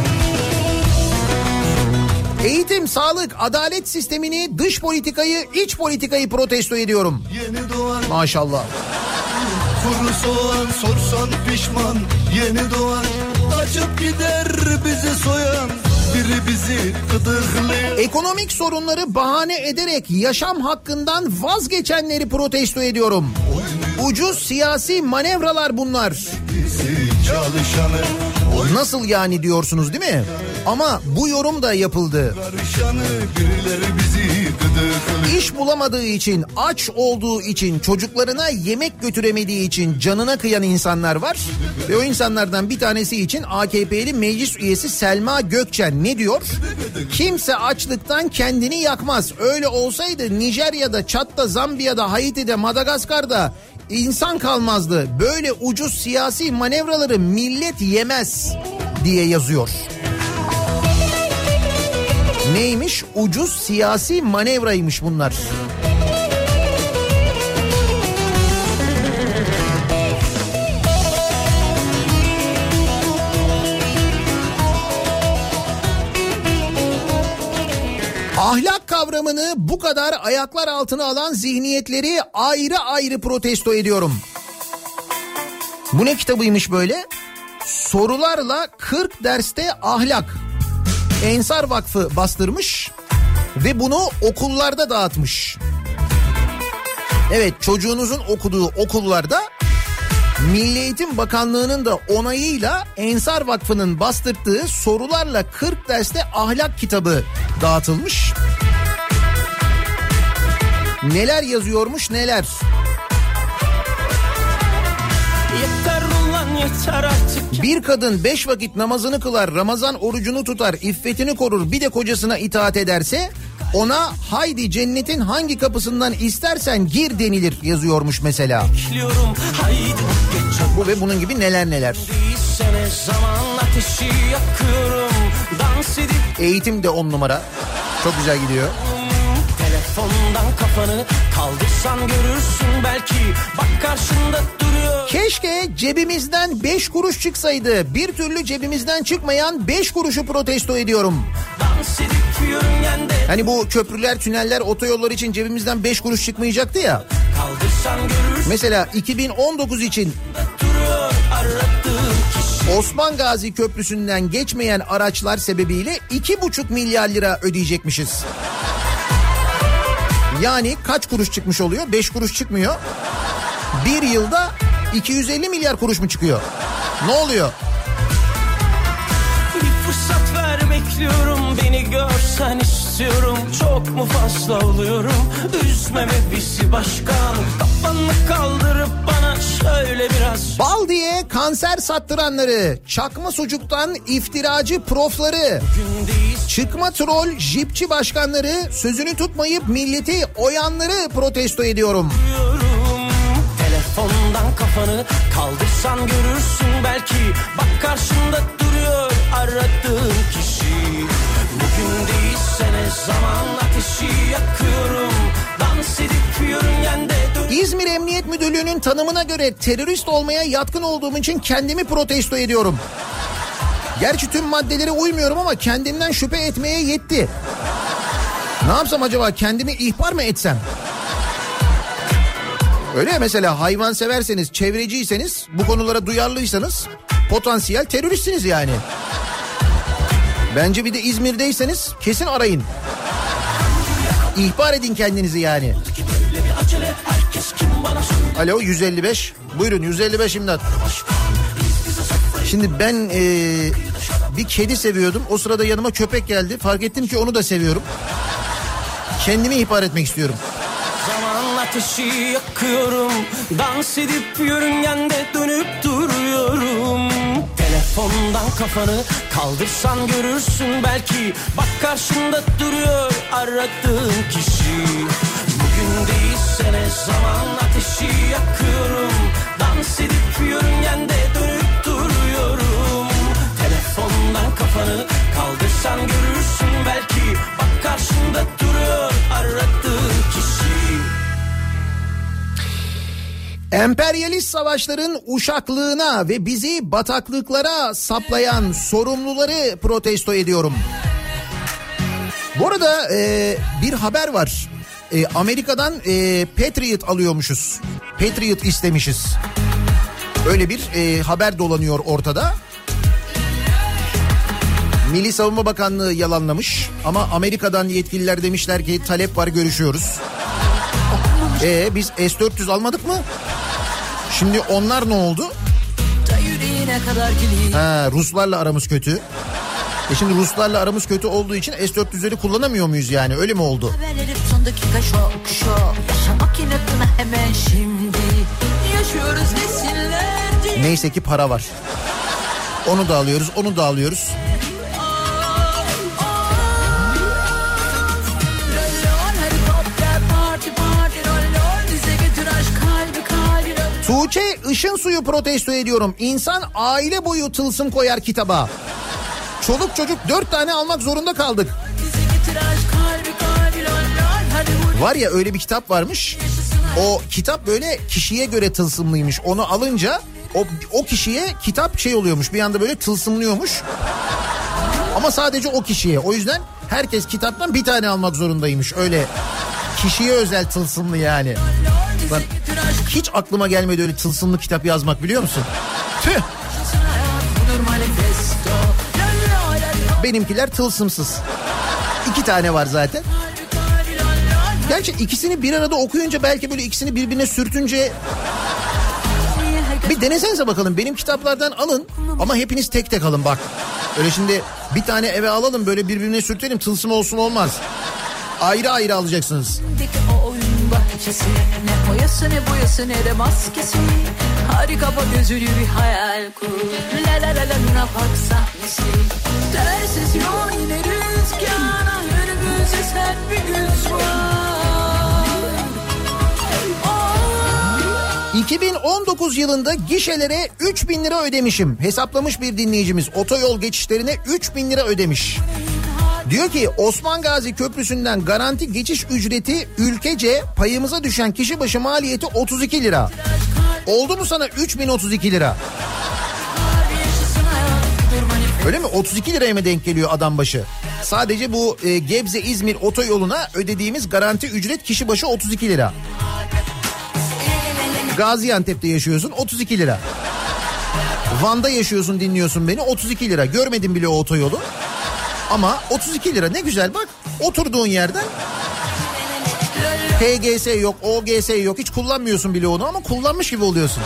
S2: Eğitim, sağlık, adalet sistemini, dış politikayı, iç politikayı protesto ediyorum.
S4: Yeni doğan
S2: maşallah.
S4: Kuru soğan sorsan pişman, yeni doğan açıp gider bizi soyan, biri bizi gıdıklıyor.
S2: Ekonomik sorunları bahane ederek yaşam hakkından vazgeçenleri protesto ediyorum. Ucuz siyasi manevralar bunlar.
S4: Çalışanı,
S2: nasıl yani diyorsunuz değil mi? Ama bu yorum da yapıldı.
S4: karışanı, birileri bizi gıdıklıyor.
S2: İş bulamadığı için, aç olduğu için, çocuklarına yemek götüremediği için canına kıyan insanlar var. Ve o insanlardan bir tanesi için AKP'li meclis üyesi Selma Gökçen ne diyor? Kimse açlıktan kendini yakmaz. Öyle olsaydı Nijerya'da, Çad'da, Zambiya'da, Haiti'de, Madagaskar'da insan kalmazdı. Böyle ucuz siyasi manevraları millet yemez diye yazıyor. Neymiş? Ucuz siyasi manevraymış bunlar. Ahlak kavramını bu kadar ayaklar altına alan zihniyetleri ayrı ayrı protesto ediyorum. Bu ne kitabıymış böyle? Sorularla 40 derste ahlak. Ensar Vakfı bastırmış ve bunu okullarda dağıtmış. Evet, çocuğunuzun okuduğu okullarda Milli Eğitim Bakanlığı'nın da onayıyla Ensar Vakfı'nın bastırdığı Sorularla 40 derste ahlak kitabı dağıtılmış. Neler yazıyormuş neler.
S1: Yeter ulan yeter artık.
S2: Bir kadın 5 vakit namazını kılar, Ramazan orucunu tutar, iffetini korur, bir de kocasına itaat ederse ona haydi cennetin hangi kapısından istersen gir denilir yazıyormuş mesela. Bu ve bunun gibi neler neler. Eğitim de 10 numara. Çok güzel gidiyor.
S1: Telefondan kafanı kaldırsan görürsün belki, bak karşında duruyor.
S2: Keşke cebimizden 5 kuruş çıksaydı. Bir türlü cebimizden çıkmayan 5 kuruşu protesto ediyorum. Hani bu köprüler, tüneller, otoyollar için cebimizden 5 kuruş çıkmayacaktı ya. Mesela 2019 için Osman Gazi Köprüsü'nden geçmeyen araçlar sebebiyle 2,5 milyar lira ödeyecekmişiz. Yani kaç kuruş çıkmış oluyor? 5 kuruş çıkmıyor. Bir yılda 250 milyar kuruş mu çıkıyor? Ne oluyor?
S1: Bir fırsat ver bekliyorum, beni görsen istiyorum. Çok mu fazla oluyorum? Üzme ve bizi başkan. Kafanı kaldırıp bana şöyle biraz.
S2: Bal diye kanser sattıranları, çakma sucuktan iftiracı profları, çıkma troll jipçi başkanları, sözünü tutmayıp milleti oyanları protesto ediyorum.
S1: Telefondan kafanı kaldırsan görürsün belki, bak karşında duruyor aradığın kişi. Bugün değilse ne zaman ateşi yakıyorum, dans edip yörüngende dön.
S2: İzmir Emniyet Müdürlüğü'nün tanımına göre terörist olmaya yatkın olduğum için kendimi protesto ediyorum. Gerçi tüm maddelere uymuyorum ama kendimden şüphe etmeye yetti. Ne yapsam acaba, kendimi ihbar mı etsem? Öyle ya, mesela hayvan severseniz, çevreciyseniz, bu konulara duyarlıysanız potansiyel teröristsiniz yani. Bence bir de İzmir'deyseniz kesin arayın. İhbar edin kendinizi yani. Alo 155. Buyurun 155 imdat. Şimdi ben bir kedi seviyordum. O sırada yanıma köpek geldi. Fark ettim ki onu da seviyorum. Kendimi ihbar etmek istiyorum.
S1: Zaman ateşi yakıyorum. Dans edip yörüngende dönüp duruyorum. Telefondan kafanı kaldırsan görürsün belki. Bak karşında duruyor aradığın kişi. Bugün değilse ne zaman ateşi yakıyorum. Dans edip yörüngende dönüp duruyorum. Telefondan kafanı kaldırsan görürsün belki. Bak karşında duruyor aradığın kişi.
S2: Emperyalist savaşların uşaklığına ve bizi bataklıklara saplayan sorumluları protesto ediyorum. Bu arada bir haber var. Amerika'dan Patriot alıyormuşuz. Patriot istemişiz. Öyle bir haber dolanıyor ortada. Milli Savunma Bakanlığı yalanlamış ama Amerika'dan yetkililer demişler ki talep var, görüşüyoruz. Biz S-400 almadık mı? Şimdi onlar ne oldu? Ruslarla aramız kötü. Şimdi Ruslarla aramız kötü olduğu için S-400'leri kullanamıyor muyuz yani, öyle mi oldu?
S3: Son dakika şok şok. Yaşamak inatına hemen şimdi. Yaşıyoruz nesillerce.
S2: Neyse ki para var. Onu da alıyoruz, onu da alıyoruz. Tuğçe Işınsu'yu protesto ediyorum. İnsan aile boyu tılsım koyar kitaba. Çoluk çocuk 4 tane almak zorunda kaldık. Var ya, öyle bir kitap varmış. O kitap böyle kişiye göre tılsımlıymış. Onu alınca o kişiye kitap şey oluyormuş. Bir anda böyle tılsımlıyormuş. Ama sadece o kişiye. O yüzden herkes kitaptan bir tane almak zorundaymış. Öyle kişiye özel tılsımlı yani. Lan, hiç aklıma gelmedi öyle tılsımlı kitap yazmak, biliyor musun? Tüh. Benimkiler tılsımsız. 2 tane var zaten. Gerçi ikisini bir arada okuyunca, belki böyle ikisini birbirine sürtünce... Bir denesenize bakalım, benim kitaplardan alın ama hepiniz tek tek alın bak. Öyle şimdi bir tane eve alalım, böyle birbirine sürtelim, tılsım olsun, olmaz. Ayrı ayrı alacaksınız.
S3: Ne oyası ne boyası ne de maskesi. Hadi kapa gözünü bir hayal kur. La la la la Luna Park sahnesi. Tersiz yol yine rüzgâra. Önümüzde sen bir güz var.
S2: 2019 yılında gişelere 3.000 lira ödemişim. Hesaplamış bir dinleyicimiz. Otoyol geçişlerine 3.000 lira ödemiş. Diyor ki Osman Gazi Köprüsü'nden garanti geçiş ücreti ülkece payımıza düşen kişi başı maliyeti 32 lira. Oldu mu sana 3032 lira? Öyle mi? 32 liraya mı denk geliyor adam başı? Sadece bu Gebze-İzmir otoyoluna ödediğimiz garanti ücret kişi başı 32 lira. Gaziantep'te yaşıyorsun, 32 lira. Van'da yaşıyorsun, dinliyorsun beni, 32 lira. Görmedim bile o otoyolu. Ama 32 lira ne güzel bak, oturduğun yerden. HGS yok, OGS yok, hiç kullanmıyorsun bile onu ama kullanmış gibi oluyorsun.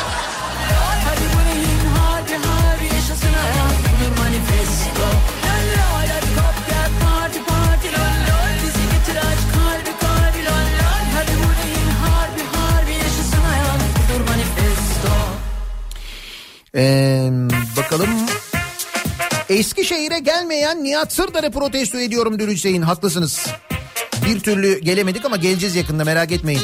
S2: Bakalım. Eskişehir'e gelmeyen Nihat Sırdar'ı protesto ediyorum Dür Hüseyin. Haklısınız. Bir türlü gelemedik ama geleceğiz yakında, merak etmeyin.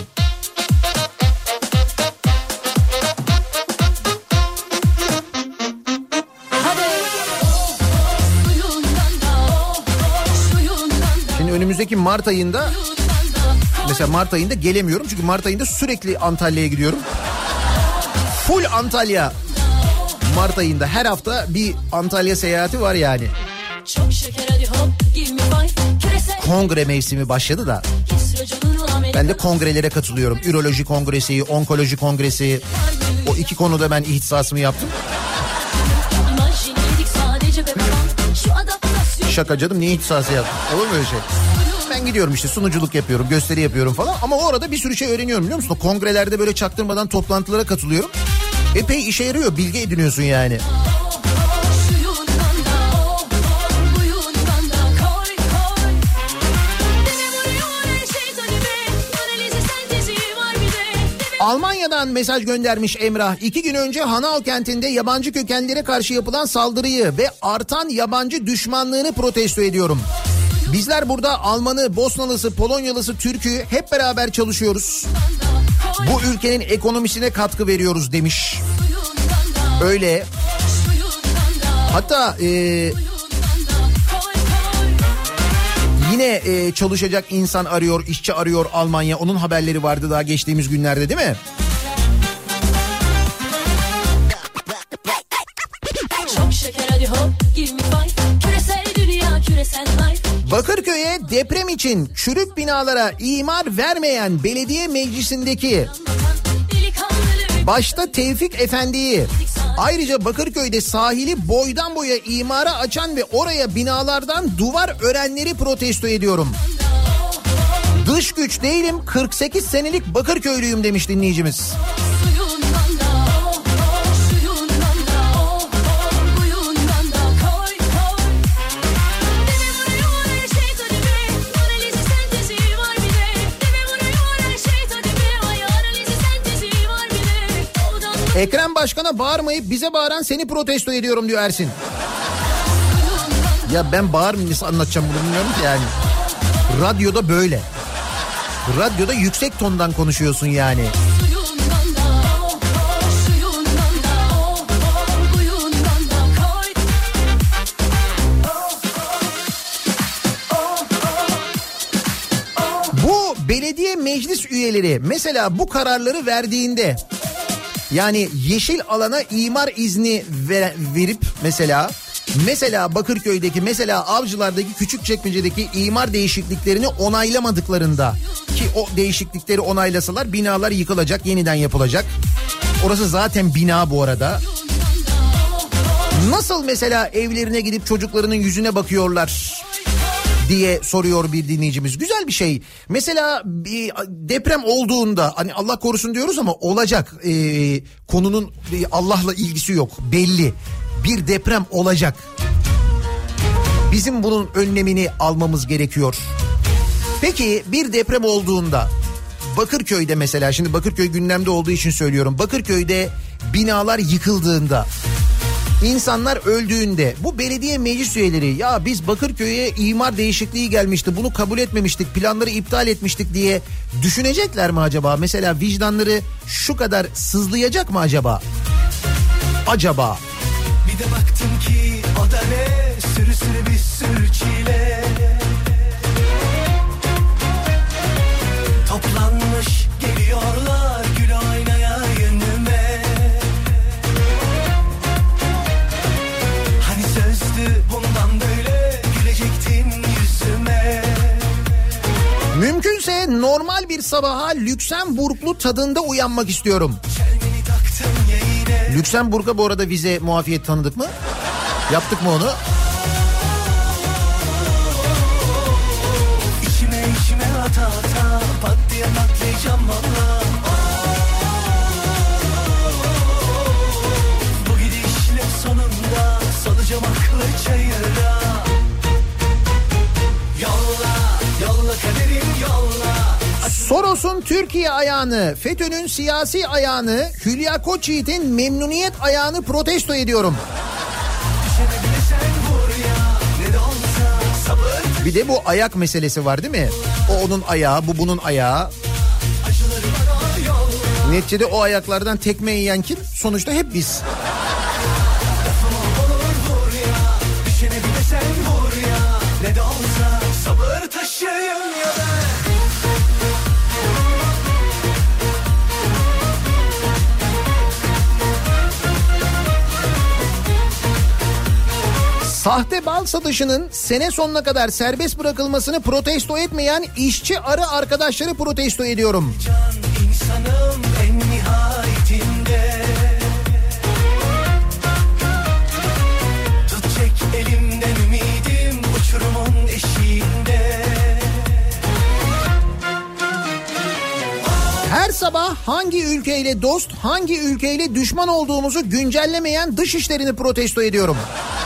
S2: Şimdi önümüzdeki Mart ayında, mesela Mart ayında gelemiyorum çünkü Mart ayında sürekli Antalya'ya gidiyorum. Full Antalya. Mart ayında her hafta bir Antalya seyahati var yani. Kongre mevsimi başladı da. Ben de kongrelere katılıyorum. Üroloji kongresi, onkoloji kongresi. O 2 konuda ben ihtisasımı yaptım. Şaka canım, niye ihtisası yaptım? Olur mu öyle şey? Ben gidiyorum işte, sunuculuk yapıyorum, gösteri yapıyorum falan. Ama o arada bir sürü şey öğreniyorum, biliyor musun? O kongrelerde böyle çaktırmadan toplantılara katılıyorum. Epey işe yarıyor, bilgi ediniyorsun yani. Almanya'dan mesaj göndermiş Emrah. 2 gün önce Hanau kentinde yabancı kökenlere karşı yapılan saldırıyı ve artan yabancı düşmanlığını protesto ediyorum. Bizler burada Almanı, Bosnalısı, Polonyalısı, Türk'ü hep beraber çalışıyoruz. Bu ülkenin ekonomisine katkı veriyoruz demiş. Öyle. Hatta yine çalışacak insan arıyor, işçi arıyor Almanya. Onun haberleri vardı daha geçtiğimiz günlerde, değil mi?
S3: Çok şeker hadi hop, give me five. Küresel dünya, küresel life.
S2: Bakırköy'e deprem için çürük binalara imar vermeyen belediye meclisindeki başta Tevfik Efendi'yi, ayrıca Bakırköy'de sahili boydan boya imara açan ve oraya binalardan duvar örenleri protesto ediyorum. Dış güç değilim, 48 senelik Bakırköylüyüm demiş dinleyicimiz. Ekrem Başkan'a bağırmayıp bize bağıran seni protesto ediyorum diyor Ersin. Ya ben bağırmayayım, nasıl anlatacağım bunu bilmiyorum ki yani. Radyoda böyle. Radyoda yüksek tondan konuşuyorsun yani. Bu belediye meclis üyeleri mesela bu kararları verdiğinde, yani yeşil alana imar izni verip mesela Bakırköy'deki, mesela Avcılar'daki, Küçükçekmece'deki imar değişikliklerini onaylamadıklarında, ki o değişiklikleri onaylasalar binalar yıkılacak, yeniden yapılacak. Orası zaten bina bu arada. Nasıl mesela evlerine gidip çocuklarının yüzüne bakıyorlar diye soruyor bir dinleyicimiz. Güzel bir şey. Mesela bir deprem olduğunda, hani Allah korusun diyoruz ama olacak. Konunun Allah'la ilgisi yok. Belli. Bir deprem olacak. Bizim bunun önlemini almamız gerekiyor. Peki bir deprem olduğunda Bakırköy'de mesela, şimdi Bakırköy gündemde olduğu için söylüyorum. Bakırköy'de binalar yıkıldığında, İnsanlar öldüğünde bu belediye meclis üyeleri, ya biz Bakırköy'e imar değişikliği gelmişti, bunu kabul etmemiştik, planları iptal etmiştik diye düşünecekler mi acaba? Mesela vicdanları şu kadar sızlayacak mı acaba? Acaba?
S1: Bir de baktım ki o da ne, sürü sürü bir sürü çile toplanmış geliyorlar gül oynaya yönüme. Hani sözdü bundan böyle gülecektin yüzüme.
S2: Mümkünse normal bir sabaha Lüksemburglu tadında uyanmak istiyorum. Lüksemburg'a bu arada vize muafiyet tanıdık mı? Yaptık mı onu?
S1: İçime ata ata pat diye patlayacağım valla. Bu gidişle sonunda salacağım aklı çayıra. Yolla, yolla kaderim yolla.
S2: Soros'un Türkiye ayağını, FETÖ'nün siyasi ayağını, Hülya Koçyiğit'in memnuniyet ayağını protesto ediyorum. Bir de bu ayak meselesi var değil mi? O onun ayağı, bu bunun ayağı. Neticede o ayaklardan tekme yiyen kim? Sonuçta hep biz.
S1: Ne de olsa sabır taşıyım ya ben.
S2: Sahte bal satışının sene sonuna kadar serbest bırakılmasını protesto etmeyen işçi arı arkadaşları protesto ediyorum.
S1: Can insanım en nihayetinde. Tut çek elimden ümidim uçurumun eşiğinde.
S2: Her sabah hangi ülkeyle dost, hangi ülkeyle düşman olduğumuzu güncellemeyen dış işlerini protesto ediyorum.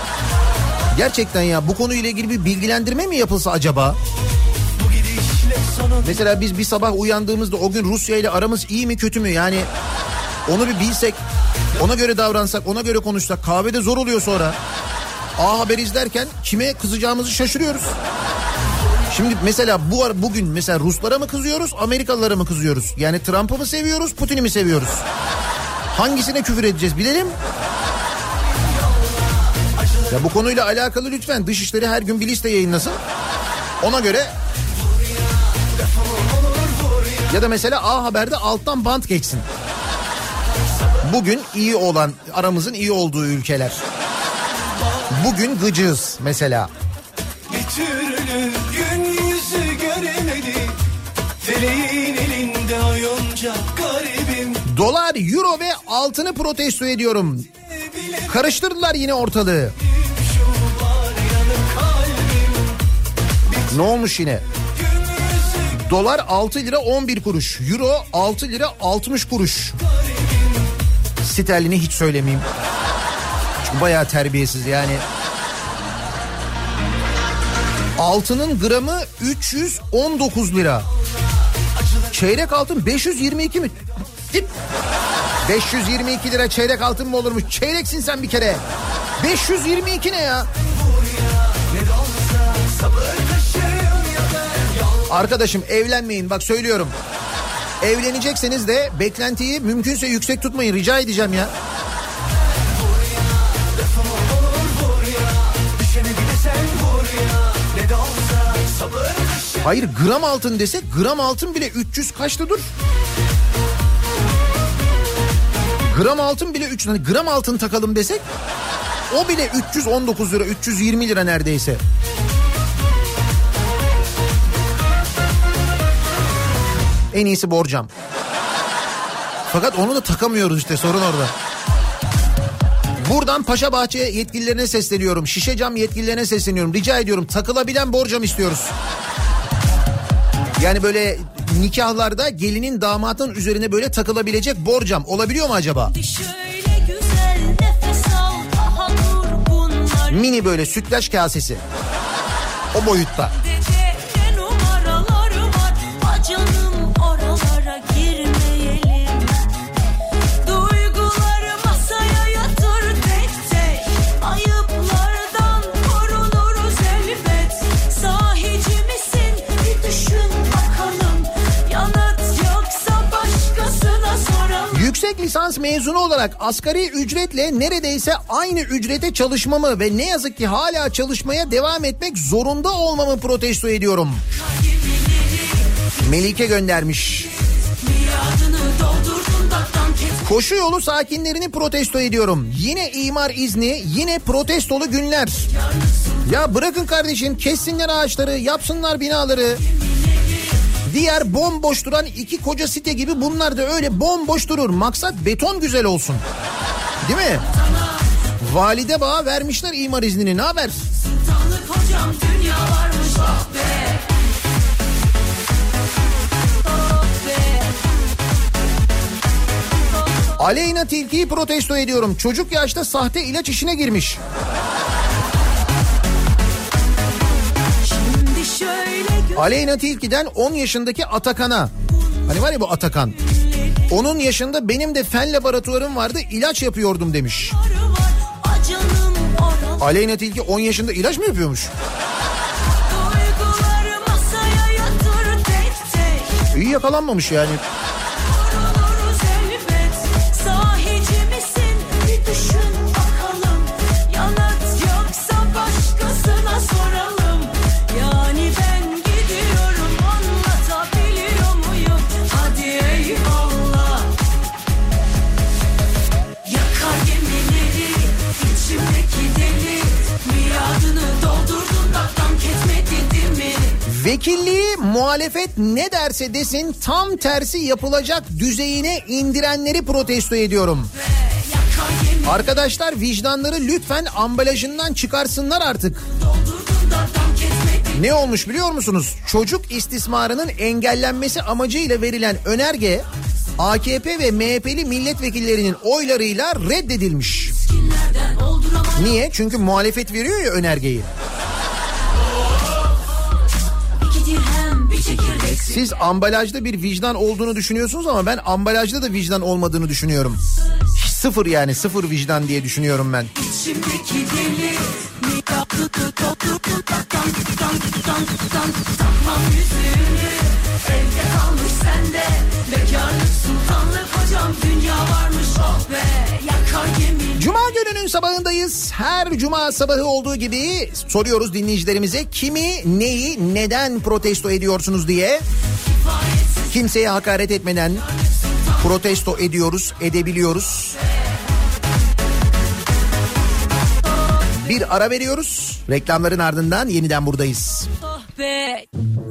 S2: Gerçekten ya, bu konuyla ilgili bir bilgilendirme mi yapılsa acaba?
S1: Bu gidişle
S2: Mesela biz bir sabah uyandığımızda o gün Rusya ile aramız iyi mi kötü mü? Yani onu bir bilsek, ona göre davransak, ona göre konuşsak. Kahvede zor oluyor sonra. A Haber izlerken kime kızacağımızı şaşırıyoruz. Şimdi mesela bugün mesela Ruslara mı kızıyoruz, Amerikalılara mı kızıyoruz? Yani Trump'ı mı seviyoruz, Putin'i mi seviyoruz? Hangisine küfür edeceğiz bilelim. Ya bu konuyla alakalı lütfen Dışişleri her gün bir liste yayınlasın. Ona göre. Ya da mesela A Haber'de alttan bant geçsin. Bugün iyi olan, aramızın iyi olduğu ülkeler. Bugün gıcığız mesela.
S1: Bir türlü gün yüzü göremedi. Feleğin elinde oyunca garibim.
S2: Dolar, euro ve altını protesto ediyorum. Karıştırdılar yine ortalığı. Ne olmuş yine? Dolar 6 lira 11 kuruş. Euro 6 lira 60 kuruş. Sterlini hiç söylemeyeyim. Çünkü bayağı terbiyesiz yani. Altının gramı 319 lira. Çeyrek altın 522 mi? 522 lira çeyrek altın mı olurmuş? Çeyreksin sen bir kere. 522 ne ya? Arkadaşım evlenmeyin, bak söylüyorum. Evlenecekseniz de beklentiyi mümkünse yüksek tutmayın, rica edeceğim ya. Hayır, gram altın desek, gram altın bile 300 kaçtı dur. Gram altın bile 300, hani gram altın takalım desek o bile 319 lira, 320 lira neredeyse. En iyisi borcam. Fakat onu da takamıyoruz işte, sorun orada. Buradan Paşabahçe yetkililerine sesleniyorum. Şişecam yetkililerine sesleniyorum. Rica ediyorum, takılabilen borcam istiyoruz. Yani böyle nikahlarda gelinin damatın üzerine böyle takılabilecek borcam olabiliyor mu acaba? Mini böyle sütlaç kasesi. O boyutta. Yüksek lisans mezunu olarak asgari ücretle neredeyse aynı ücrete çalışmamı ve ne yazık ki hala çalışmaya devam etmek zorunda olmamı protesto ediyorum. Melike göndermiş. Koşu yolu sakinlerini protesto ediyorum. Yine imar izni, yine protestolu günler. Ya bırakın kardeşim, kessinler ağaçları, yapsınlar binaları. Diğer bomboş duran iki koca site gibi bunlar da öyle bomboş durur. Maksat beton güzel olsun. Değil mi? Valide Bağ'a vermişler imar iznini, ne haber? Aleyna Tilki'yi protesto ediyorum. Çocuk yaşta sahte ilaç işine girmiş. Aleyna Tilki'den 10 yaşındaki Atakan'a, hani var ya bu Atakan, onun yaşında benim de fen laboratuvarım vardı, ilaç yapıyordum demiş. Aleyna Tilki 10 yaşında ilaç mı yapıyormuş? İyi yakalanmamış yani. Vekilliği muhalefet ne derse desin tam tersi yapılacak düzeyine indirenleri protesto ediyorum. Arkadaşlar vicdanları lütfen ambalajından çıkarsınlar artık. Ne olmuş biliyor musunuz? Çocuk istismarının engellenmesi amacıyla verilen önerge AKP ve MHP'li milletvekillerinin oylarıyla reddedilmiş. Niye? Çünkü muhalefet veriyor ya önergeyi. Siz ambalajda bir vicdan olduğunu düşünüyorsunuz ama ben ambalajda da vicdan olmadığını düşünüyorum. Sıfır yani, sıfır vicdan diye düşünüyorum ben.
S3: İçimdeki deli takmam yüzünü, evde kalmış sende. Bekarlık sultanlık hocam, dünya varmış oh be, yakar gemi.
S2: Cuma gününün sabahındayız. Her cuma sabahı olduğu gibi soruyoruz dinleyicilerimize, kimi, neyi, neden protesto ediyorsunuz diye. Kimseye hakaret etmeden protesto ediyoruz, edebiliyoruz. Bir ara veriyoruz. Reklamların ardından yeniden buradayız.
S3: Oh be.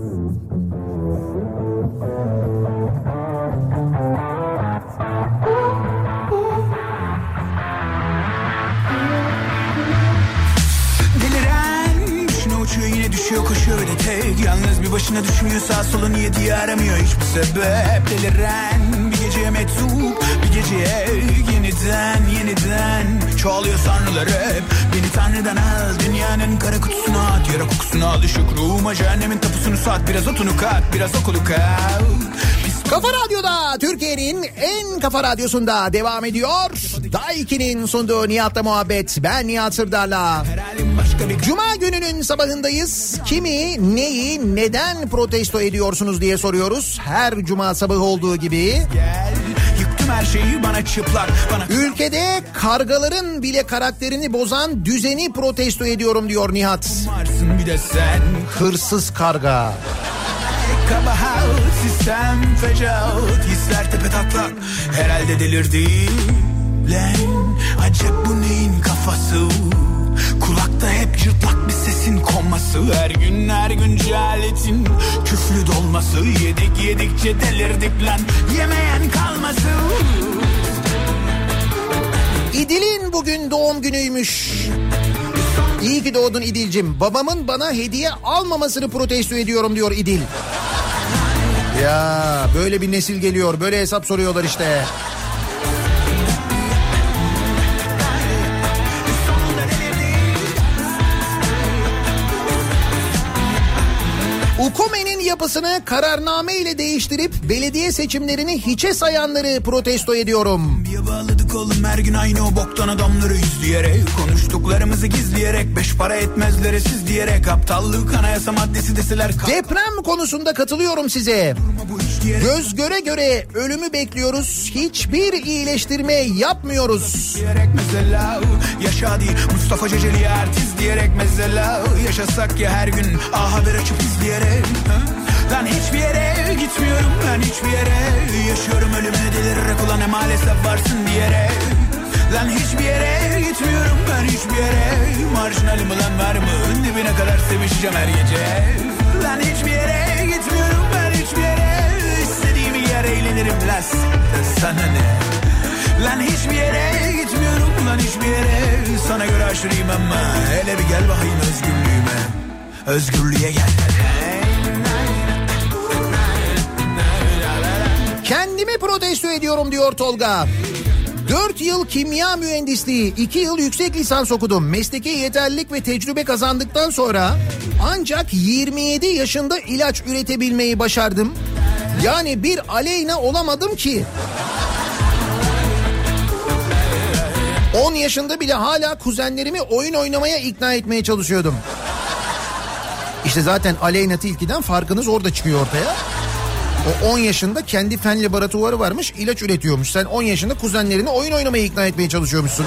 S5: Deliren düşüne uçuyor, yine düşüyor, koşuyor öyle tek. Yalnız bir başına düşmüyor, sağ solu niye diye aramıyor hiçbir sebep. Deliren bir geceye meczup, bir geceye yeniden çoğalıyor sanrılar hep. Beni Tanrı'dan al, dünyanın kara kutusuna at, yara kokusunu al, ışık ruhuma cehennemin tapusunu sat. Biraz otunu kat, biraz okulu kat.
S2: Kafa Radyo'da, Türkiye'nin en kafa radyosunda devam ediyor. Daiki'nin sunduğu Nihat'la muhabbet. Ben Nihat Sırdar'la. Cuma gününün sabahındayız. Kimi, neyi, neden protesto ediyorsunuz diye soruyoruz. Her cuma sabahı olduğu gibi.
S5: Yıktım her şeyi bana çıplak.
S2: Ülkede kargaların bile karakterini bozan düzeni protesto ediyorum diyor Nihat.
S5: Bir de sen.
S2: Hırsız karga.
S5: Kabahat, sistem fecaat, hisler tepe taklak, herhalde delirdim. Lan acep bu neyin kafası? Kulakta hep cırtlak bir sesin konması. Her gün cehaletin küflü dolması. Yedikçe delirdik lan, yemeyen kalması.
S2: İdil'in bugün doğum günüymüş. İyi ki doğdun İdil'cim. Babamın bana hediye almamasını protesto ediyorum diyor İdil. Ya böyle bir nesil geliyor, böyle hesap soruyorlar işte. UKOME'nin yapısını kararname ile değiştirip belediye seçimlerini hiçe sayanları protesto ediyorum.
S5: Bir bağladık oğlum her gün aynı o boktan adamları izleyerek. Konuştuklarımızı gizleyerek, beş para etmezlere siz diyerek. Aptallık anayasa maddesi deseler.
S2: Deprem konusunda katılıyorum size. Göz göre göre ölümü bekliyoruz. Hiçbir iyileştirme yapmıyoruz.
S5: Diyerek mesela yaşa değil Mustafa Ceceli'ye artist diyerek mesela. Yaşasak ya her gün haber açıp izleyerek. Lan hiçbir yere gitmiyorum, ben hiçbir yere. Yaşıyorum ölümüne delirerek, ulan maalesef varsın diyerek. Lan hiçbir yere gitmiyorum, ben hiçbir yere. Marjinalim ulan var mı, dibine kadar sevişeceğim her gece. Lan hiçbir yere gitmiyorum, ben hiçbir yere. İstediğim yer eğlenirim las, sana ne? Lan hiçbir yere gitmiyorum, lan hiçbir yere. Sana göre aşırıyım ama hele bir gel bakayım özgürlüğüme. Özgürlüğe gel.
S2: Kendimi protesto ediyorum diyor Tolga. 4 yıl kimya mühendisliği, 2 yıl yüksek lisans okudum. Mesleki yeterlilik ve tecrübe kazandıktan sonra ancak 27 yaşında ilaç üretebilmeyi başardım. Yani bir Aleyna olamadım ki. 10 yaşında bile hala kuzenlerimi oyun oynamaya ikna etmeye çalışıyordum. İşte zaten Aleyna Tilki'den farkınız orada çıkıyor ortaya. O 10 yaşında kendi fen laboratuvarı varmış, ilaç üretiyormuş. Sen 10 yaşında kuzenlerini oyun oynamaya ikna etmeye çalışıyormuşsun.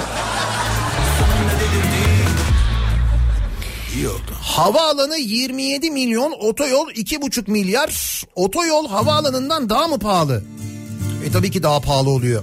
S2: Havaalanı 27 milyon, otoyol 2,5 milyar. Otoyol havaalanından daha mı pahalı? Tabii ki daha pahalı oluyor.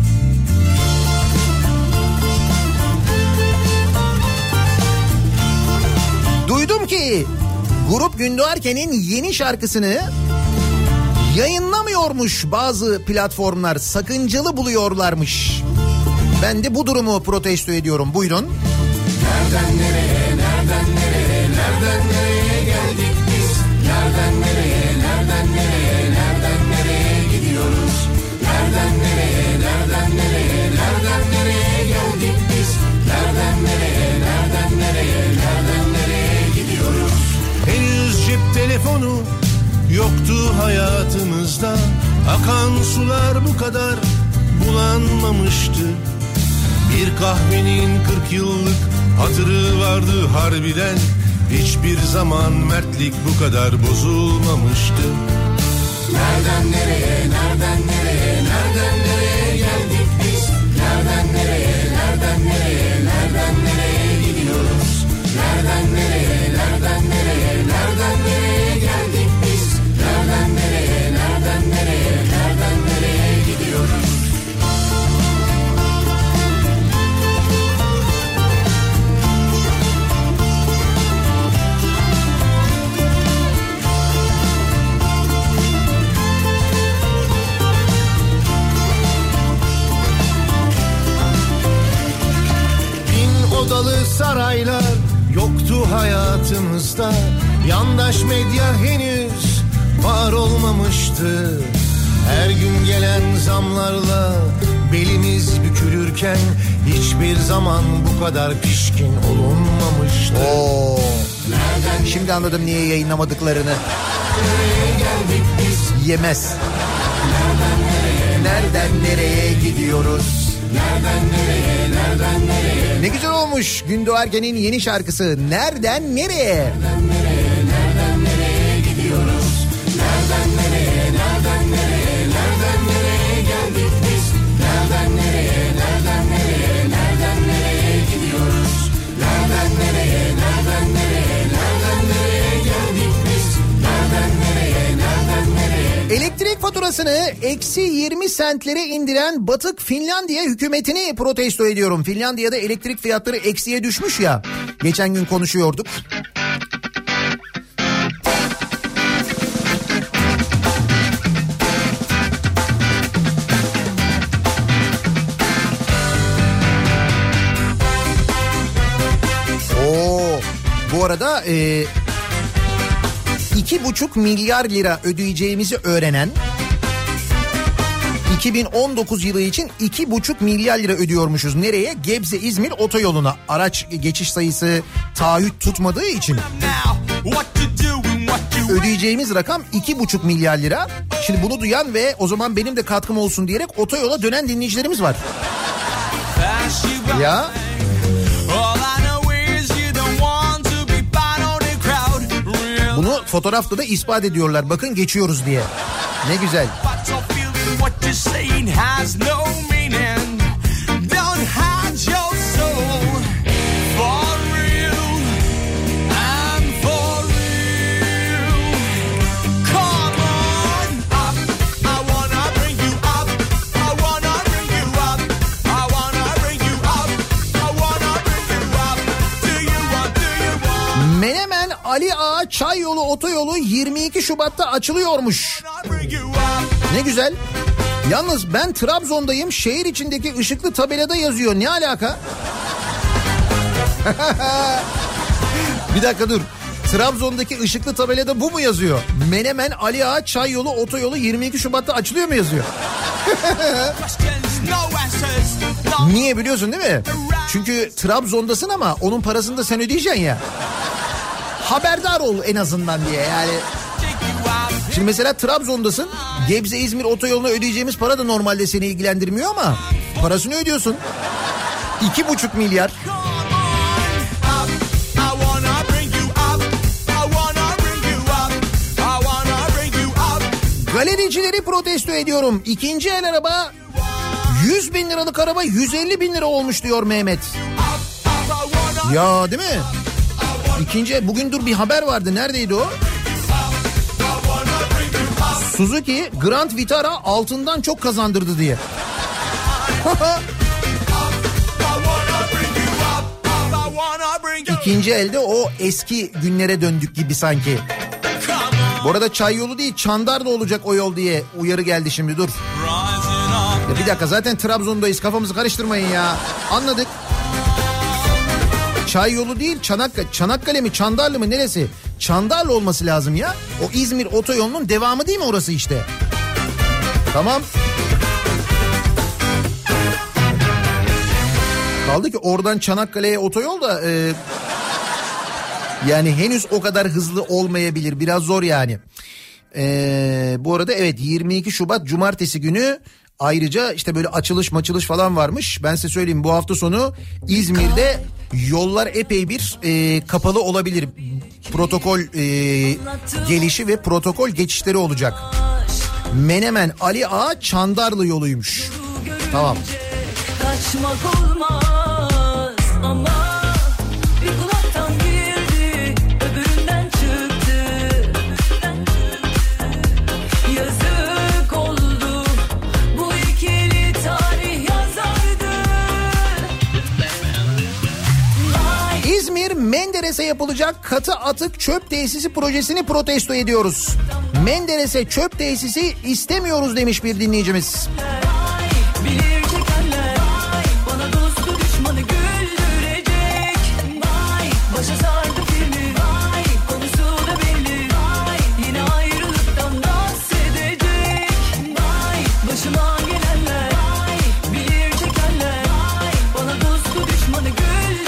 S2: Duydum ki Grup Gündoğarken'in yeni şarkısını yayınlamıyormuş bazı platformlar, sakıncalı buluyorlarmış. Ben de bu durumu protesto ediyorum. Buyurun.
S4: Nereden nereye, nereden nereye, nereden nereye geldik biz? Nereden nereye, nereden nereye, nereden nereye gidiyoruz? Nereden nereye, nereden nereye, nereden nereye geldik biz? Nereden nereye, nereden nereye, nereden nereye gidiyoruz?
S6: Henüz cep telefonu
S4: yoktu hayatımızda. Akan sular bu kadar bulanmamıştı. Bir kahvenin 40 yıllık hatırı vardı harbiden. Hiçbir zaman mertlik bu kadar bozulmamıştı. Nereden nereye, nereden nereye, nereden nereye geldik biz? Nereden nereye, nereden nereye, nereden nereye gidiyoruz? Nereden nereye, nereden nereye, nereden nereye geldik biz? Nereden nereye, nereden nereye, nereden nereye gidiyoruz? Odalı saraylar yoktu hayatımızda. Yandaş medya henüz var olmamıştı. Her gün gelen zamlarla belimiz bükülürken hiçbir zaman bu kadar pişkin olunmamıştı.
S2: Oo. Şimdi anladım niye yayınlamadıklarını. Yemez. Nereden nereye gidiyoruz?
S4: Nereden nereye, nereden nereye?
S2: Ne güzel olmuş Gündoğar Ergen'in yeni şarkısı Nereden Nereye?
S4: Nereden nereye, nereden nereye gidiyoruz? Nereden nereye, nereden nereye, nereden nereye geldik biz? Nereden nereye, nereden nereye, nereden nereye gidiyoruz? Nereden nereye, nereden nereye, nereden nereye geldik biz? Nereden nereye, nereden nereye?
S2: Elektrik faturasını -20 sentlere indiren Batık Finlandiya hükümetini protesto ediyorum. Finlandiya'da elektrik fiyatları eksiye düşmüş ya. Geçen gün konuşuyorduk. Bu arada 2,5 milyar lira ödeyeceğimizi öğrenen, 2019 yılı için 2,5 milyar lira ödüyormuşuz. Nereye? Gebze-İzmir otoyoluna. Araç geçiş sayısı taahhüt tutmadığı için ödeyeceğimiz rakam 2,5 milyar lira. Şimdi bunu duyan ve o zaman benim de katkım olsun diyerek otoyola dönen dinleyicilerimiz var. Ya... Bunu fotoğrafta da ispat ediyorlar. Bakın geçiyoruz diye. Ne güzel. Menemen Ali Ağa Çay Yolu Otoyolu 22 Şubat'ta açılıyormuş. Ne güzel. Yalnız ben Trabzon'dayım. Şehir içindeki ışıklı tabelada yazıyor. Ne alaka? Bir dakika dur. Trabzon'daki ışıklı tabelada bu mu yazıyor? Menemen Ali Ağa Çay Yolu Otoyolu 22 Şubat'ta açılıyor mu yazıyor? Niye biliyorsun değil mi? Çünkü Trabzon'dasın ama onun parasını da sen ödeyeceksin ya. Haberdar ol en azından diye yani. Şimdi mesela Trabzon'dasın. Gebze-İzmir otoyoluna ödeyeceğimiz para da normalde seni ilgilendirmiyor ama parasını ödüyorsun. 2,5 milyar. Galericileri protesto ediyorum. İkinci el araba 100 bin liralık araba 150 bin lira olmuş diyor Mehmet. Ya değil mi? İkinci, bugün dur bir haber vardı. Neredeydi o? Suzuki Grand Vitara altından çok kazandırdı diye. İkinci elde o eski günlere döndük gibi sanki. Bu arada Çay Yolu değil Çandarlı olacak o yol diye uyarı geldi şimdi dur. Ya bir dakika zaten Trabzon'dayız, kafamızı karıştırmayın ya. Anladık. Çay Yolu değil Çanakkale mi Çandarlı mı neresi? Çandarlı olması lazım ya. O İzmir otoyolunun devamı değil mi orası işte? Tamam. Kaldı ki oradan Çanakkale'ye otoyol da yani henüz o kadar hızlı olmayabilir. Biraz zor yani. Bu arada evet 22 Şubat Cumartesi günü ayrıca işte böyle açılış falan varmış. Ben size söyleyeyim, bu hafta sonu İzmir'de yollar epey bir kapalı olabilir. Protokol gelişi ve protokol geçişleri olacak. Menemen Ali Ağa Çandarlı yoluymuş. Tamam.
S3: Kaçmak olmaz ama bir kulaktan girdi, öbüründen çıktı. Yazık oldu, bu ikili tarih yazardı.
S2: İzmir Menderes'e yapılacak katı atık çöp tesisi projesini protesto ediyoruz. Menderes'e çöp tesisi istemiyoruz demiş bir dinleyicimiz.
S3: Bilir çekenler, bana dostu düşmanı güldürecek. Başa sardı filmi, konusu da belli. Yine ayrılıktan bahsedecek. Başıma gelenler, bilir çekenler, bana dostu düşmanı güldürecek.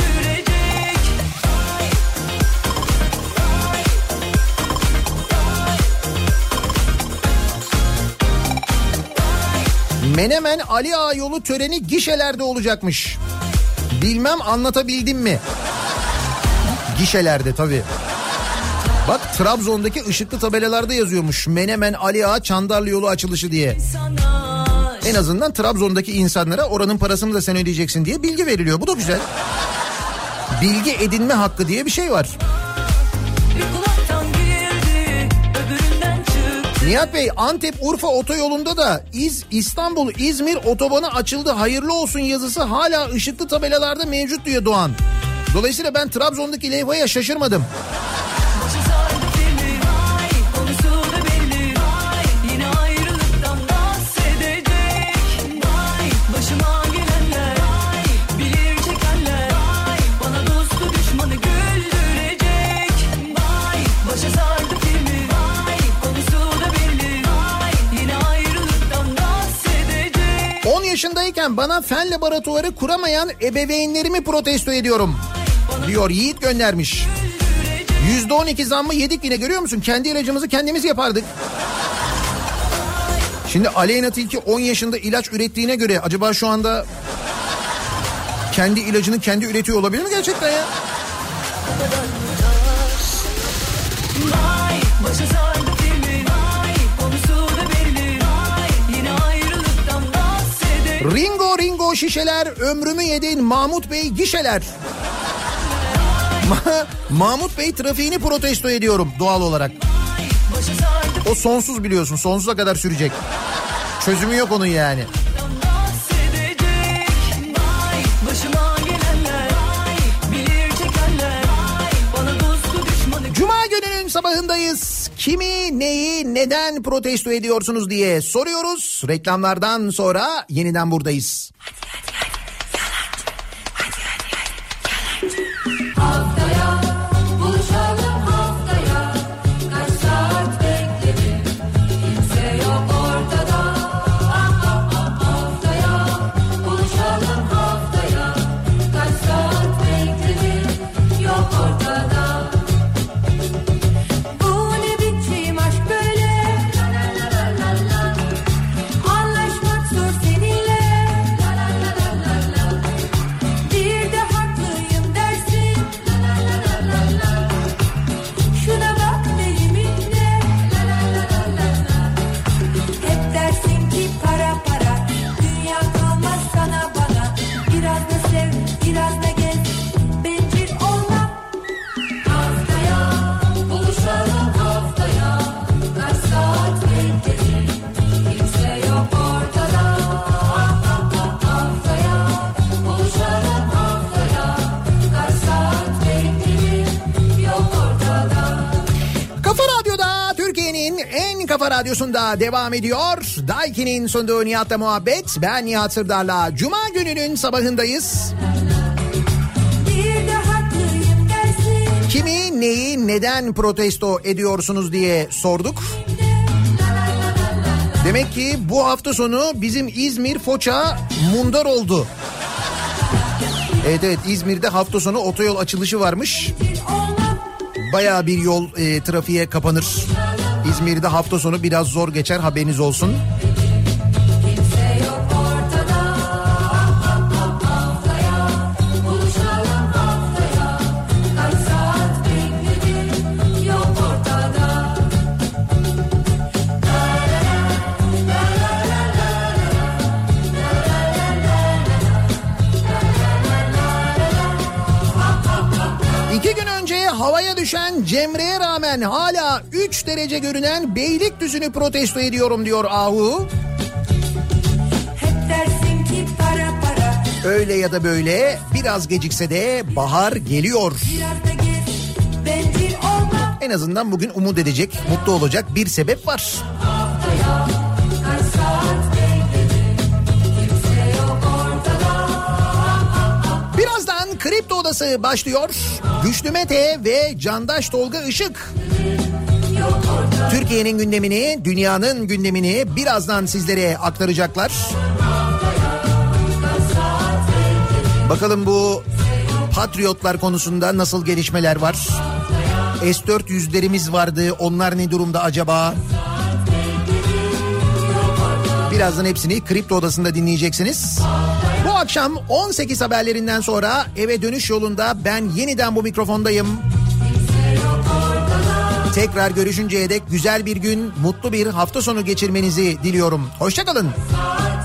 S2: Menemen Ali Ağa yolu töreni gişelerde olacakmış. Bilmem anlatabildim mi? Gişelerde tabii. Bak Trabzon'daki ışıklı tabelalarda yazıyormuş. Menemen Ali Ağa Çandarlı yolu açılışı diye. En azından Trabzon'daki insanlara oranın parasını da sen ödeyeceksin diye bilgi veriliyor. Bu da güzel. Bilgi edinme hakkı diye bir şey var. Nihat Bey, Antep-Urfa otoyolunda da İstanbul-İzmir otobanı açıldı, hayırlı olsun yazısı hala ışıklı tabelalarda mevcut diyor Doğan. Dolayısıyla ben Trabzon'daki levhaya şaşırmadım. Yaşındayken bana fen laboratuvarı kuramayan ebeveynlerimi protesto ediyorum diyor, Yiğit göndermiş. %12 zammı yedik yine, görüyor musun? Kendi ilacımızı kendimiz yapardık. Şimdi Aleyna Tilki 10 yaşında ilaç ürettiğine göre acaba şu anda kendi ilacını kendi üretiyor olabilir mi gerçekten ya? Ringo şişeler, ömrümü yedin Mahmut Bey gişeler. Mahmut Bey trafiğini protesto ediyorum doğal olarak. O sonsuz, biliyorsun, sonsuza kadar sürecek. Çözümü yok onun yani. Cuma gününün sabahındayız. Kimi, neyi, neden protesto ediyorsunuz diye soruyoruz. Reklamlardan sonra yeniden buradayız.
S6: Haftaya buluşalım, haftaya kaç saat bekledim, kimse yok ortada. Haftaya buluşalım, haftaya kaç saat bekledim, yok ortada. Bu ne biçim aşk böyle, anlaşmak zor seninle. Bir de haklıyım dersin, şuna bak deyiminle. Hep dersin ki para para, dünya kalmaz sana bana. Biraz da sev, biraz da gez, bencil olma. Haftaya buluşalım, haftaya kaç saat bekledim, kimse yok ortada. Haftaya buluşalım, haftaya kaç saat bekledim, yok ortada.
S2: Kafa Radyo'da, Türkiye'nin en kafa radyosunda devam ediyor. Daiki'nin sunduğu Nihat'la muhabbet. Ben Nihat Sırdar'la Cuma gününün sabahındayız.
S6: Bir de haklıyım dersin,
S2: Kimi, neyi, neden protesto ediyorsunuz diye sorduk. Demek ki bu hafta sonu bizim İzmir, Foça mundar oldu. Evet, İzmir'de hafta sonu otoyol açılışı varmış.
S6: olma.
S2: Bayağı bir yol trafiğe kapanır. İzmir'de hafta sonu biraz zor geçer, haberiniz olsun.
S6: Kimse yok ortada. Haftaya buluşalım haftaya. Kaç saat bekledim yok ortada.
S2: İki gün önce havaya düşen Cemre'ye rağmen hala 3 derece görünen Beylikdüzü'nü protesto ediyorum diyor Ahu.
S6: Hep dersin ki para para.
S2: Öyle ya da böyle biraz gecikse de bahar geliyor.
S6: Biraz da gez, bencil olma.
S2: En azından bugün umut edecek, mutlu olacak bir sebep var.
S6: Haftaya kaç saat bekledim. Kimse yok ortada.
S2: Birazdan Kripto Odası başlıyor. Güçlü Mete ve Candaş Tolga Işık
S6: Yok ortada.
S2: Türkiye'nin gündemini, dünyanın gündemini birazdan sizlere aktaracaklar. Bakalım bu Patriotlar konusunda nasıl gelişmeler var? S-400'lerimiz vardı, onlar ne durumda acaba? Birazdan hepsini Kripto Odası'nda dinleyeceksiniz. Bu akşam 18 haberlerinden sonra eve dönüş yolunda ben yeniden bu mikrofondayım. Tekrar görüşünceye dek güzel bir gün, mutlu bir hafta sonu geçirmenizi diliyorum. Hoşça kalın.